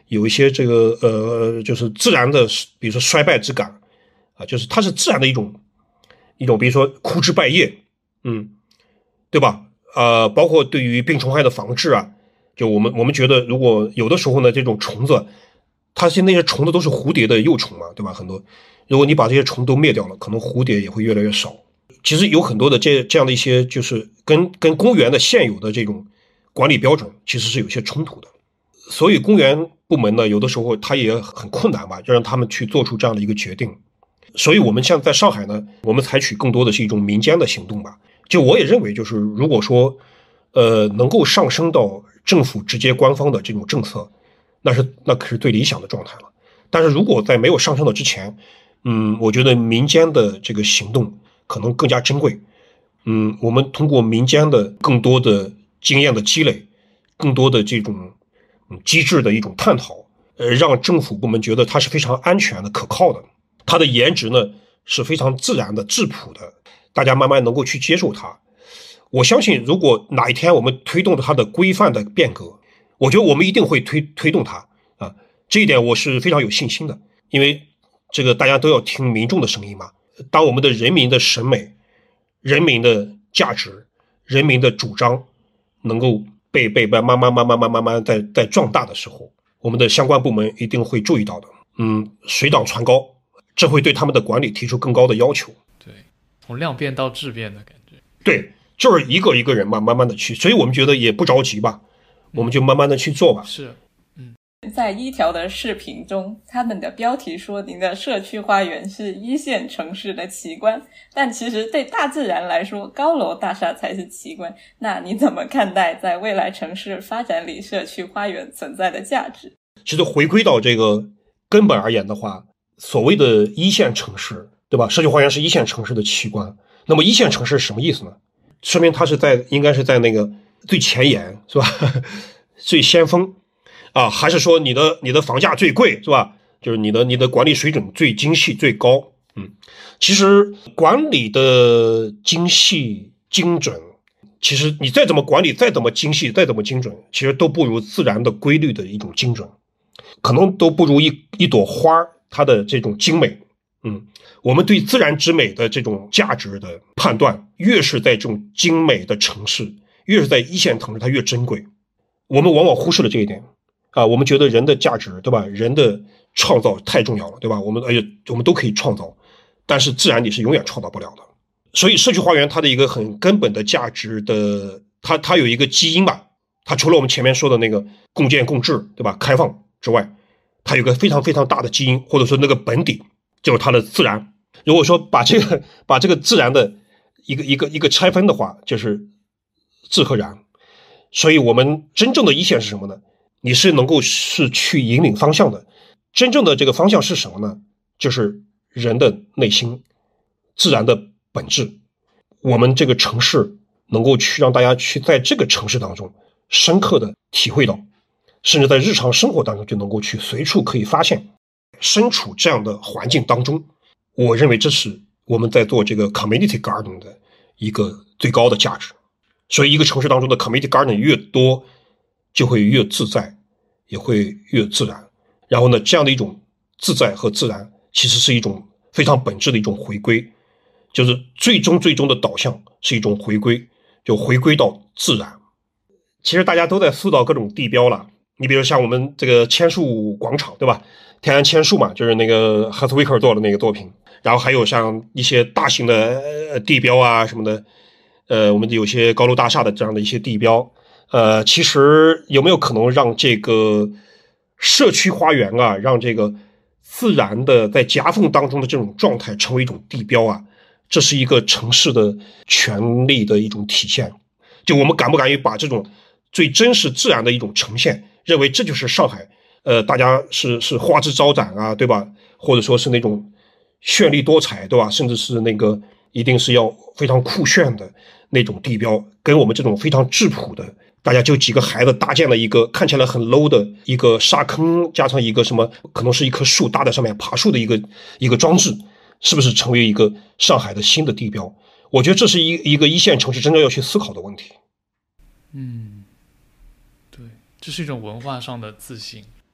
有一些这个呃，就是自然的，比如说衰败之感啊，就是它是自然的一种一种，比如说枯枝败叶，嗯，对吧？呃，包括对于病虫害的防治啊，就我们我们觉得，如果有的时候呢，这种虫子，它现在那些虫子都是蝴蝶的幼虫嘛，对吧？很多，如果你把这些虫都灭掉了，可能蝴蝶也会越来越少。其实有很多的这这样的一些，就是跟跟公园的现有的这种管理标准其实是有些冲突的。所以公园部门呢，有的时候它也很困难吧，就让他们去做出这样的一个决定。所以我们像在上海呢，我们采取更多的是一种民间的行动吧。就我也认为，就是如果说呃能够上升到政府直接官方的这种政策，那是那可是最理想的状态了。但是如果在没有上升到之前，嗯，我觉得民间的这个行动可能更加珍贵。嗯，我们通过民间的更多的经验的积累，更多的这种嗯机制的一种探讨，呃，让政府部门觉得它是非常安全的、可靠的，它的颜值呢是非常自然的、质朴的，大家慢慢能够去接受它。我相信，如果哪一天我们推动它的规范的变革，我觉得我们一定会推推动它啊，这一点我是非常有信心的，因为这个大家都要听民众的声音嘛。当我们的人民的审美、人民的价值、人民的主张能够被被慢慢慢慢慢慢慢慢在在壮大的时候，我们的相关部门一定会注意到的。嗯，水涨船高，这会对他们的管理提出更高的要求。 对，从量变到质变的感觉。 对，就是一个一个人嘛，慢慢的去，所以我们觉得也不着急吧，我们就慢慢的去做吧。 是，嗯， 在一条的视频中，他们的标题说您的社区花园是一线城市的奇观，但其实对大自然来说，高楼大厦才是奇观。那你怎么看待在未来城市发展里社区花园存在的价值？ 其实回归到这个根本而言的话，所谓的一线城市，对吧？社区花园是一线城市的奇观。那么一线城市是什么意思呢？说明它是在应该是在那个最前沿，是吧？最先锋啊，还是说你的你的房价最贵，是吧？就是你的你的管理水准最精细最高。嗯，其实管理的精细精准，其实你再怎么管理，再怎么精细，再怎么精准，其实都不如自然的规律的一种精准，可能都不如一一朵花它的这种精美。嗯，我们对自然之美的这种价值的判断，越是在这种精美的城市，越是在一线城市，它越珍贵。我们往往忽视了这一点啊，我们觉得人的价值，对吧？人的创造太重要了，对吧？我们哎呀，我们都可以创造，但是自然你是永远创造不了的。所以社区花园它的一个很根本的价值的，它它有一个基因吧，它除了我们前面说的那个共建共治，对吧？开放之外，它有个非常非常大的基因，或者说那个本底，就是它的自然。如果说把这个把这个自然的一个一个一个拆分的话，就是自和然。所以我们真正的一线是什么呢？你是能够是去引领方向的。真正的这个方向是什么呢？就是人的内心，自然的本质。我们这个城市能够去让大家去在这个城市当中深刻的体会到，甚至在日常生活当中就能够去随处可以发现。身处这样的环境当中，我认为这是我们在做这个 community garden 的一个最高的价值。所以一个城市当中的 community garden 越多，就会越自在，也会越自然。然后呢，这样的一种自在和自然，其实是一种非常本质的一种回归，就是最终最终的导向是一种回归，就回归到自然。其实大家都在塑造各种地标了，你比如像我们这个千树广场，对吧？天然千树嘛，就是那个哈斯威克尔做的那个作品。然后还有像一些大型的地标啊什么的，呃，我们有些高楼大厦的这样的一些地标，呃，其实有没有可能让这个社区花园啊，让这个自然的在夹缝当中的这种状态成为一种地标啊？这是一个城市的权力的一种体现。就我们敢不敢于把这种最真实自然的一种呈现，认为这就是上海，呃，大家是是花枝招展啊，对吧？或者说是那种绚丽多彩，对吧？甚至是那个一定是要非常酷炫的那种地标，跟我们这种非常质朴的，大家就几个孩子搭建了一个看起来很 low 的一个沙坑，加上一个什么可能是一棵树搭在上面爬树的一个一个装置，是不是成为一个上海的新的地标？我觉得这是一一个一线城市真正要去思考的问题。 嗯，对，这是一种文化上的自信。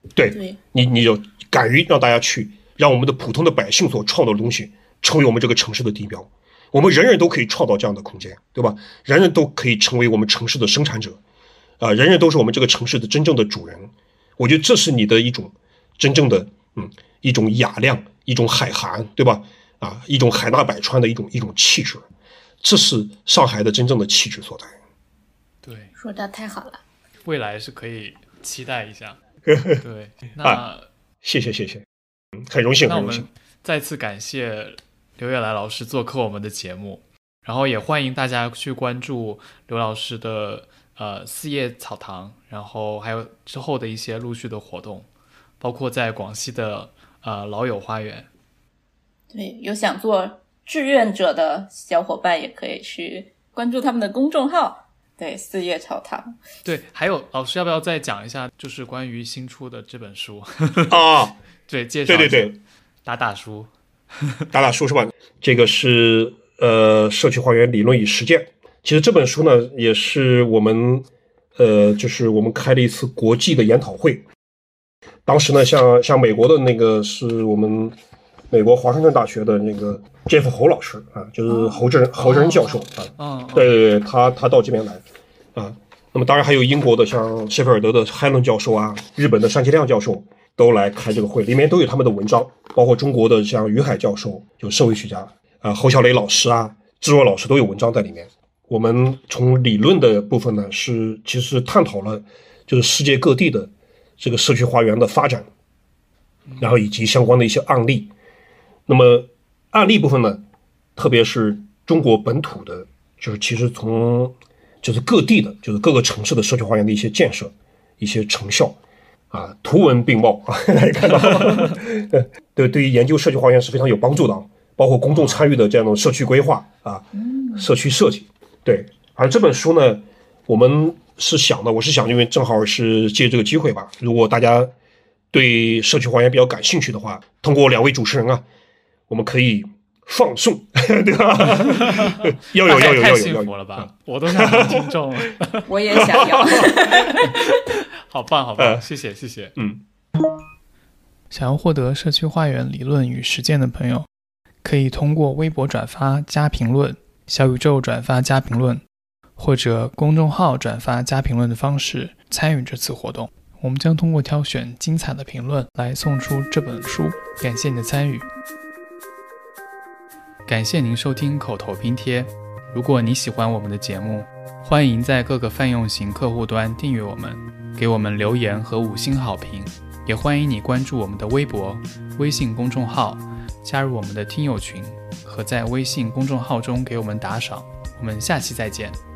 对，对你你就敢于让大家去，让我们的普通的百姓所创造的东西成为我们这个城市的地标。我们人人都可以创造这样的空间，对吧？人人都可以成为我们城市的生产者，啊、呃，人人都是我们这个城市的真正的主人。我觉得这是你的一种真正的，嗯，一种雅量，一种海涵，对吧？啊，一种海纳百川的一种一种气质，这是上海的真正的气质所在。 对， 说的太好了， 未来是可以期待一下。对，那、啊、 谢谢谢谢，嗯，很荣幸，很荣幸。 那我们再次感谢刘悦来老师做客我们的节目，然后也欢迎大家去关注刘老师的呃四叶草堂，然后还有之后的一些陆续的活动，包括在广西的呃老友花园。 对，有想做志愿者的小伙伴也可以去关注他们的公众号，对，四叶草堂。 对，还有老师要不要再讲一下，就是关于新出的这本书啊？ 对，介绍一下。 对对对， 打打书。 打打书是吧？这个是呃社区花园理论与实践。其实这本书呢，也是我们呃就是我们开了一次国际的研讨会。当时呢，像像美国的那个是我们美国华盛顿大学的那个 Jeff 侯老师啊，就是侯志仁侯志仁教授啊， 嗯， 对对对，他他到这边来啊。那么当然还有英国的像谢菲尔德的海伦教授啊，日本的单其亮教授。都来开这个会，里面都有他们的文章，包括中国的像于海教授，就社会学家啊、呃，侯小磊老师啊，智若老师都有文章在里面。我们从理论的部分呢，是其实探讨了就是世界各地的这个社区花园的发展，然后以及相关的一些案例。那么案例部分呢，特别是中国本土的，就是其实从就是各地的，就是各个城市的社区花园的一些建设、一些成效。啊，图文并茂啊，大家看到，对，对于研究社区花园是非常有帮助的，包括公众参与的这样的社区规划啊，社区设计。对，而这本书呢，我们是想的，我是想，因为正好是借这个机会吧，如果大家对社区花园比较感兴趣的话，通过两位主持人啊，我们可以放送，对吧？要有要有要有， 太幸福了吧！嗯、我都想当听众了， 我也想要。 好棒，好棒，呃、谢谢，谢谢。 嗯， 想要获得社区花园理论与实践的朋友，可以通过微博转发加评论、小宇宙转发加评论，或者公众号转发加评论的方式参与这次活动。我们将通过挑选精彩的评论来送出这本书。感谢你的参与。感谢您收听口头拼贴。如果你喜欢我们的节目，欢迎在各个泛用型客户端订阅我们，给我们留言和五星好评。也欢迎你关注我们的微博、微信公众号，加入我们的听友群，和在微信公众号中给我们打赏。我们下期再见。